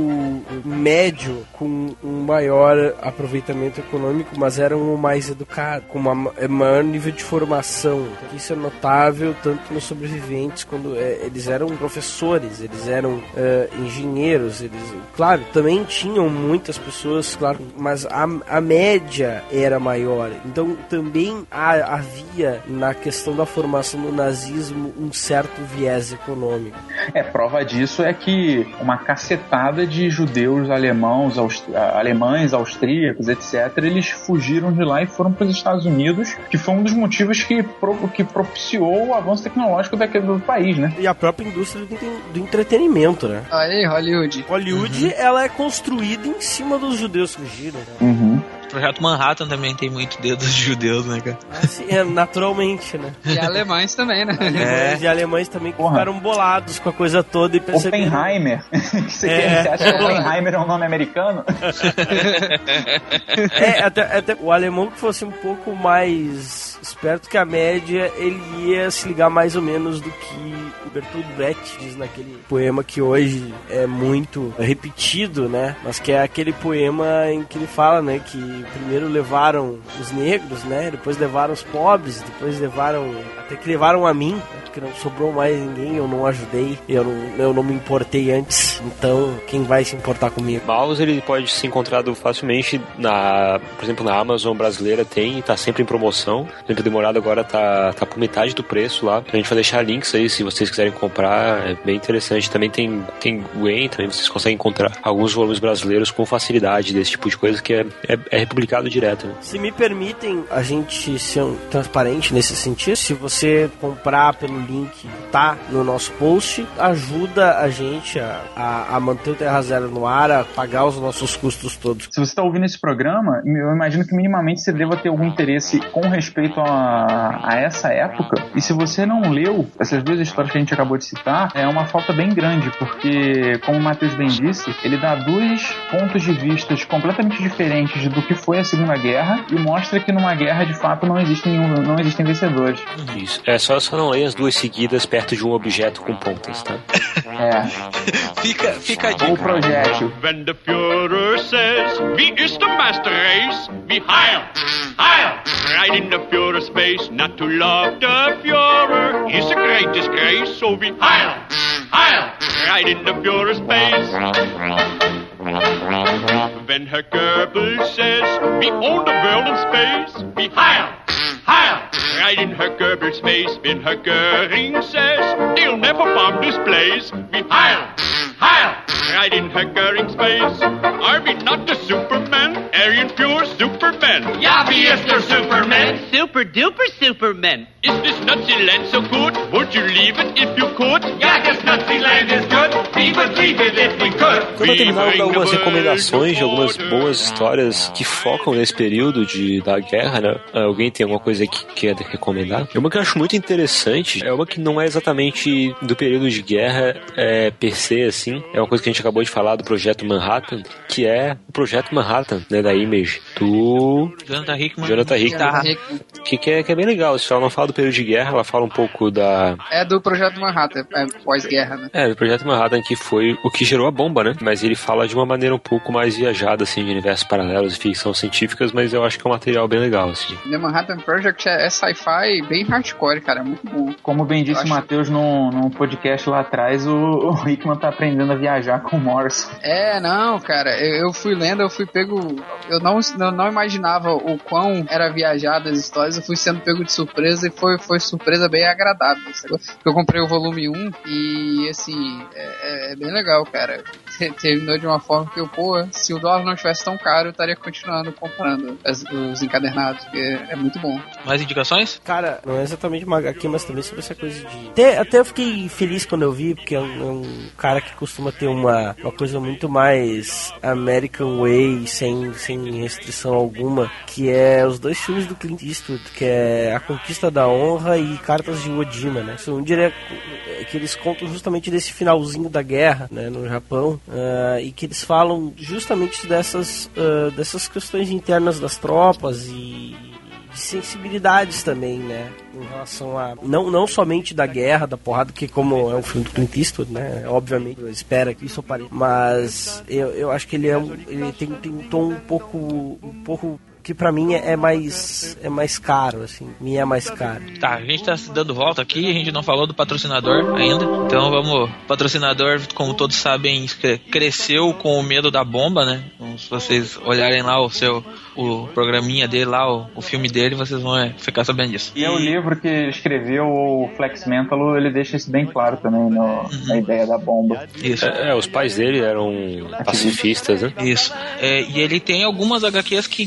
médio com um maior aproveitamento econômico, mas eram o mais educado, com uma maior nível de formação. Isso é notável tanto nos sobreviventes, quando é, eles eram professores, eles eram é, engenheiros, eles, claro, também tinham muitas pessoas, claro, mas a, a média era maior. Então também há, havia na questão da formação do nazismo um certo viés econômico. É, prova disso é que uma cacetada de judeus alemãos, aust- alemães, austríacos, etcétera, eles fugiram de lá e foram para os Estados Unidos, que foi um dos motivos que, pro- que propiciou o avanço tecnológico daquele do país, né? E a própria indústria do, enten- do entretenimento, né? Olha aí, Hollywood. Hollywood, ela é construída em cima dos judeus que fugiram, né? Uhum. Projeto Manhattan também tem muito dedos de judeus, né, cara? Assim, é, naturalmente, né? E alemães também, né? Alemães É. e alemães também que Porra. ficaram bolados com a coisa toda e perceberam... Oppenheimer. Você, É. quer, você acha que Oppenheimer é um nome americano? É, até, até o alemão que fosse um pouco mais esperto que a média, ele ia se ligar mais ou menos do que o Bertolt Brecht diz naquele poema que hoje é muito repetido, né? Mas que é aquele poema em que ele fala, né, que primeiro levaram os negros, né? Depois levaram os pobres, depois levaram... até que levaram a mim, né, porque não sobrou mais ninguém, eu não ajudei, eu não, eu não me importei antes, então quem vai se importar comigo? Mouse ele pode ser encontrado facilmente na, por exemplo, na Amazon brasileira tem, tá sempre em promoção. Tempo demorado agora tá, tá por metade do preço lá. A gente vai deixar links aí se vocês quiserem comprar, é bem interessante. Também tem tem Wayne, também vocês conseguem encontrar alguns volumes brasileiros com facilidade desse tipo de coisa que é, é, é republicado direto, né? Se me permitem a gente ser um, transparente nesse sentido, se você comprar pelo link que tá no nosso post, ajuda a gente a, a, a manter o Terra Zero no ar, a pagar os nossos custos todos. Se você está ouvindo esse programa, eu imagino que minimamente você deva ter algum interesse com respeito a, a essa época. E se você não leu essas duas histórias que a gente acabou de citar, é uma falta bem grande, porque, como o Matheus bem disse, ele dá dois pontos de vista completamente diferentes do que foi a Segunda Guerra e mostra que numa guerra, de fato, não existem, nenhum, não existem vencedores. Isso. É só, só não ler as duas seguidas perto de um objeto com pontas, tá? É. Fica, fica a Ou dica. projétil. When the Führer says, wie ist der Master Race? Wie Heil, Heil, right in the Führer's face. Not to love the Führer is a great disgrace. So wie Heil, Heil, right in the Führer's face. When Herr Goebbels says, we own the world in space. Wie Heil, Heil, right in Herr Goebbels' face. When Herr Göring says, they'll never bomb this place. Wie Heil, Heil, right in Herr Göring's face. Are we not the Superman? Aryan pure Superman. Ja, wie ist der Superman? Super duper Superman. Is this Nazi land so good? Would you leave it if you could? Ja, this Nazi land is good. We would leave it if we could. Quando eu terminar, eu vou dar algumas recomendações de algumas boas histórias que focam nesse período de, da guerra, né? Alguém tem alguma coisa que quer recomendar? É uma que eu acho muito interessante, é uma que não é exatamente do período de guerra é, per se, assim. É uma coisa que a gente acabou de falar do Projeto Manhattan, que é o Projeto Manhattan, né, da Image, do Jonathan Hickman. Jonathan Hickman. Tá. Que, que, é, que é bem legal. Se ela não fala do período de guerra, ela fala um pouco da... É do Projeto Manhattan, é pós-guerra, né? É, do Projeto Manhattan, que foi o que gerou a bomba, né? Mas ele fala de uma maneira um pouco mais viajada, assim, de universos paralelos e ficção científicas, mas eu acho que é um material bem legal, assim. The Manhattan Project é, é sci-fi bem hardcore, cara, é muito bom. Como bem disse o acho... Matheus num, num podcast lá atrás, o, o Hickman tá aprendendo a viajar com o Morrison. É, não, cara, eu, eu fui lendo, eu fui pego... Eu não, eu não imaginava o quão era viajado as histórias, eu fui sendo pego de surpresa e foi, foi surpresa bem agradável. Eu comprei o volume um e, assim, é, é bem legal, cara. Terminou de uma forma que eu, pô, se o dólar não estivesse tão caro, eu estaria continuando comprando as, os encadernados, porque é muito bom. Mais indicações? Cara, não é exatamente uma H Q, mas também sobre essa coisa de... Até, até eu fiquei feliz quando eu vi, porque é um, é um cara que costuma ter uma, uma coisa muito mais American Way, sem, sem restrição alguma, que é os dois filmes do Clint Eastwood, que é A Conquista da Honra e Cartas de Iwo Jima, né? São direto, que eles contam justamente desse finalzinho da guerra, né, no Japão, uh, e que eles falam justamente dessas, uh, dessas questões internas das tropas e de sensibilidades também, né, em relação a, não, não somente da guerra, da porrada, que como é um filme do Clint Eastwood, né, obviamente, eu espero que isso apareça, mas eu, eu acho que ele, é um, ele tem, tem um tom um pouco, um pouco que pra mim é mais, é mais caro, assim, me é mais caro. Tá, a gente tá se dando volta aqui, a gente não falou do patrocinador ainda, então vamos, o patrocinador, como todos sabem, cresceu com o medo da bomba, né, então, se vocês olharem lá o seu, o programinha dele lá, o, o filme dele, vocês vão é, ficar sabendo disso. E é o livro que escreveu o Flex Mentalo, ele deixa isso bem claro também no, uhum. na ideia da bomba. Isso. É, é, os pais dele eram pacifistas, né? Isso. É, e ele tem algumas H Qs que, que passam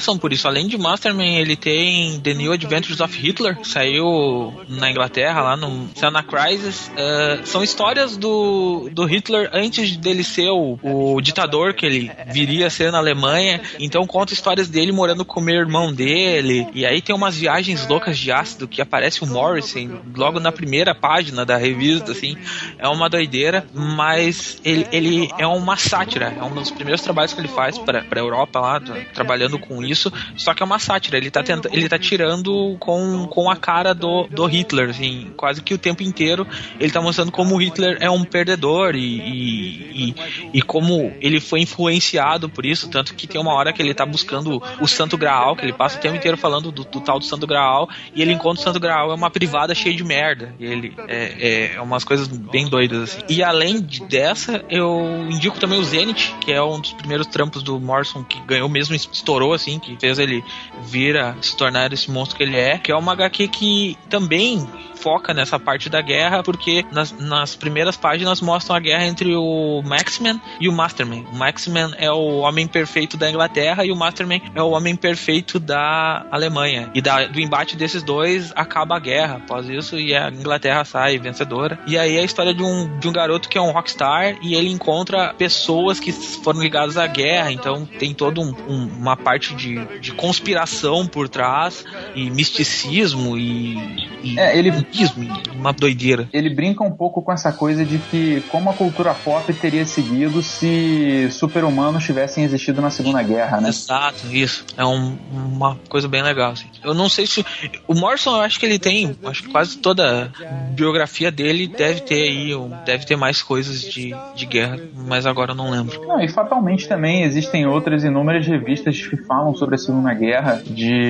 passam por isso. Além de Masterman, ele tem The New Adventures of Hitler, que saiu na Inglaterra, lá no Sana Crisis. Uh, são histórias do, do Hitler antes dele ser o, o ditador que ele viria a ser na Alemanha. Então conta histórias dele morando com o meu irmão dele. E aí tem umas viagens loucas de ácido que aparece o Morrison logo na primeira página da revista, assim. É uma doideira, mas ele, ele é uma sátira. É um dos primeiros trabalhos que ele faz para a Europa lá, trabalhando com isso. Só que é uma sátira. Ele tá, tenta, ele tá tirando com, com a cara do, do Hitler, assim, quase que o tempo inteiro ele tá mostrando como o Hitler é um perdedor e, e, e, e como ele foi influenciado por isso, tanto que tem uma hora que ele tá buscando o Santo Graal, que ele passa o tempo inteiro falando do, do tal do Santo Graal, e ele encontra o Santo Graal, é uma privada cheia de merda, e ele é, é umas coisas bem doidas, assim. E além de, dessa, eu indico também o Zenith, que é um dos primeiros trampos do Morrison, que ganhou mesmo, estourou, assim, que fez ele vir a se tornar esse monstro que ele é, que é uma agá quê que também foca nessa parte da guerra, porque nas, nas primeiras páginas mostram a guerra entre o Maximan e o Masterman. O Maximan é o homem perfeito da Inglaterra e o Masterman é o homem perfeito da Alemanha. E da, do embate desses dois acaba a guerra após isso e a Inglaterra sai vencedora. E aí é a história de um, de um garoto que é um rockstar e ele encontra pessoas que foram ligadas à guerra, então tem toda um, um, uma parte de, de conspiração por trás e misticismo e, e é, ele uma doideira. Ele brinca um pouco com essa coisa de que como a cultura pop teria seguido se super-humanos tivessem existido na Segunda Guerra, né? Exato, isso. É um, uma coisa bem legal, assim. Eu não sei se... O Morrison, eu acho que ele tem... Acho que quase toda a biografia dele deve ter aí... Deve ter mais coisas de, de guerra, mas agora eu não lembro. Não, e fatalmente também existem outras inúmeras revistas que falam sobre a Segunda Guerra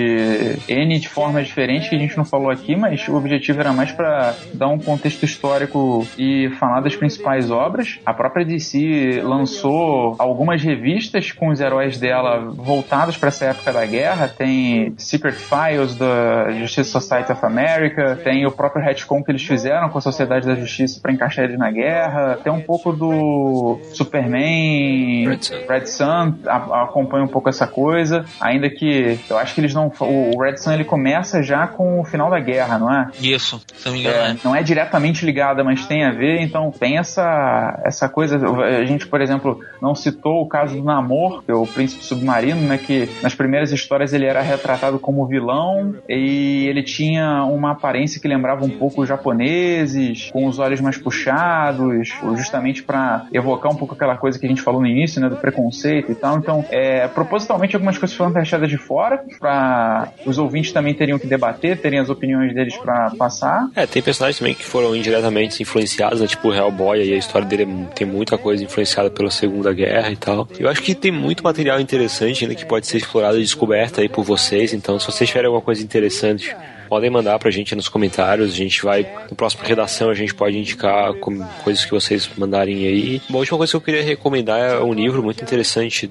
de N de formas diferentes que a gente não falou aqui, mas o objetivo era mais para dar um contexto histórico e falar das principais obras. A própria D C lançou algumas revistas com os heróis dela voltados para essa época da guerra. Tem Secret Files da Justice Society of America, tem o próprio retcon que eles fizeram com a Sociedade da Justiça para encaixar eles na guerra, tem um pouco do Superman, Red Sun, Red Sun a, a, acompanha um pouco essa coisa, ainda que eu acho que eles não... O Red Sun ele começa já com o final da guerra, não é? Isso, se não me engano. É, não é diretamente ligada, mas tem a ver, então tem essa, essa coisa. A gente, por exemplo, não citou o caso do Namor, que é o príncipe submarino, né, que nas primeiras histórias ele era retratado como vilão e ele tinha uma aparência que lembrava um pouco os japoneses, com os olhos mais puxados, justamente para evocar um pouco aquela coisa que a gente falou no início, né, do preconceito e tal. Então, é, propositalmente algumas coisas foram deixadas de fora, para os ouvintes também teriam que debater, terem as opiniões deles para passar. É, tem personagens também que foram indiretamente influenciados, né? Tipo o Hellboy, e a história dele tem muita coisa influenciada pela Segunda Guerra e tal. Eu acho que tem muito material interessante ainda que pode ser explorado e descoberto aí por vocês, então se vocês tiverem alguma coisa interessante, podem mandar pra gente nos comentários. A gente vai, na próxima redação, a gente pode indicar coisas que vocês mandarem aí. Uma última coisa que eu queria recomendar é um livro muito interessante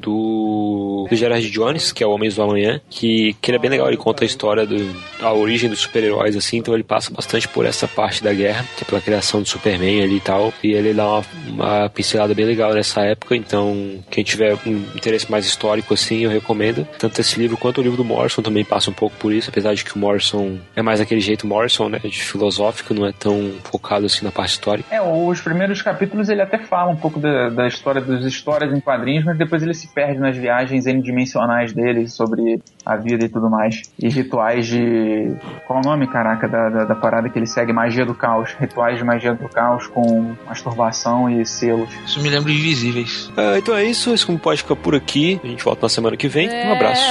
do, do Gerard Jones, que é o Homens do Amanhã, que, que ele é bem legal. Ele conta a história do, a origem dos super-heróis, assim, então ele passa bastante por essa parte da guerra, que é pela criação do Superman ali e tal, e ele dá uma, uma pincelada bem legal nessa época. Então, quem tiver um interesse mais histórico, assim, eu recomendo. Tanto esse livro quanto o livro do Morrison também passa um pouco por isso, apesar de que o Morrison é mais daquele jeito Morrison, né, de filosófico, não é tão focado assim na parte histórica. É, os primeiros capítulos ele até fala um pouco da, da história, das histórias em quadrinhos, mas depois ele se perde nas viagens n-dimensionais dele sobre a vida e tudo mais. E rituais de... Qual é o nome, caraca, da, da, da parada que ele segue? Magia do Caos. Rituais de magia do caos com masturbação e selos. Isso me lembra de Invisíveis. Ah, então é isso, esse como pode ficar por aqui. A gente volta na semana que vem. Um abraço.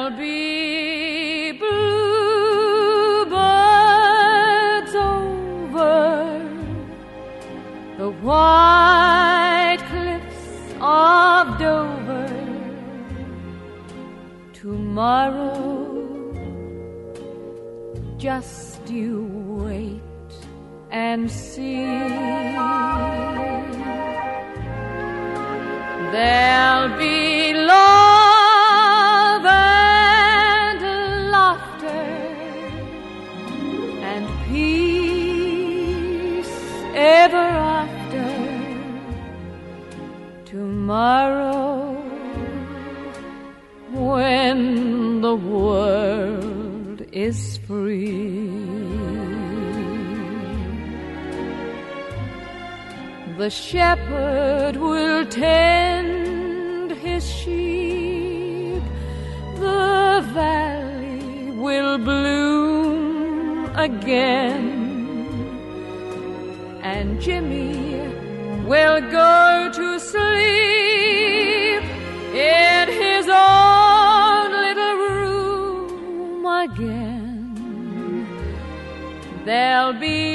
White cliffs of Dover. Tomorrow, just you wait and see. There'll be love and laughter and peace ever after. Tomorrow, when the the world is free. The shepherd will tend his sheep, the valley will bloom again, and Jimmy will go to sleep in his own little room again. There'll be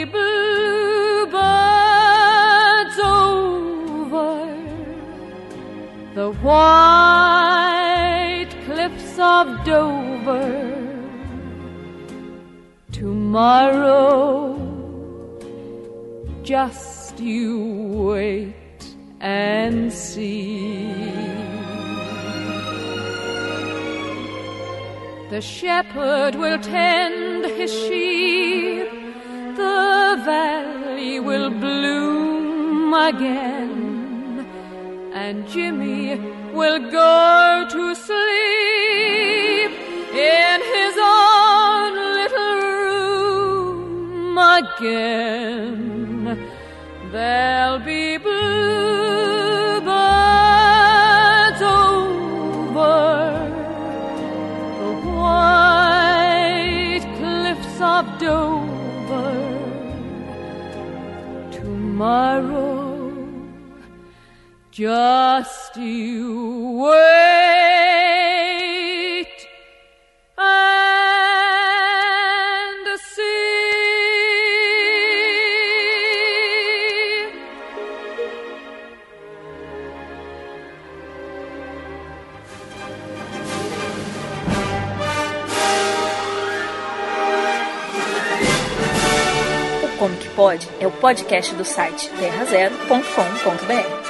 bluebirds over the white cliffs of Dover. Tomorrow, just you wait and see. The shepherd will tend his sheep, the valley will bloom again, and Jimmy will go to sleep in his own little room again. There'll be bluebirds over the white cliffs of Dover. Tomorrow, just you wait and see. Como que pode? É o podcast do site terra zero ponto com ponto br.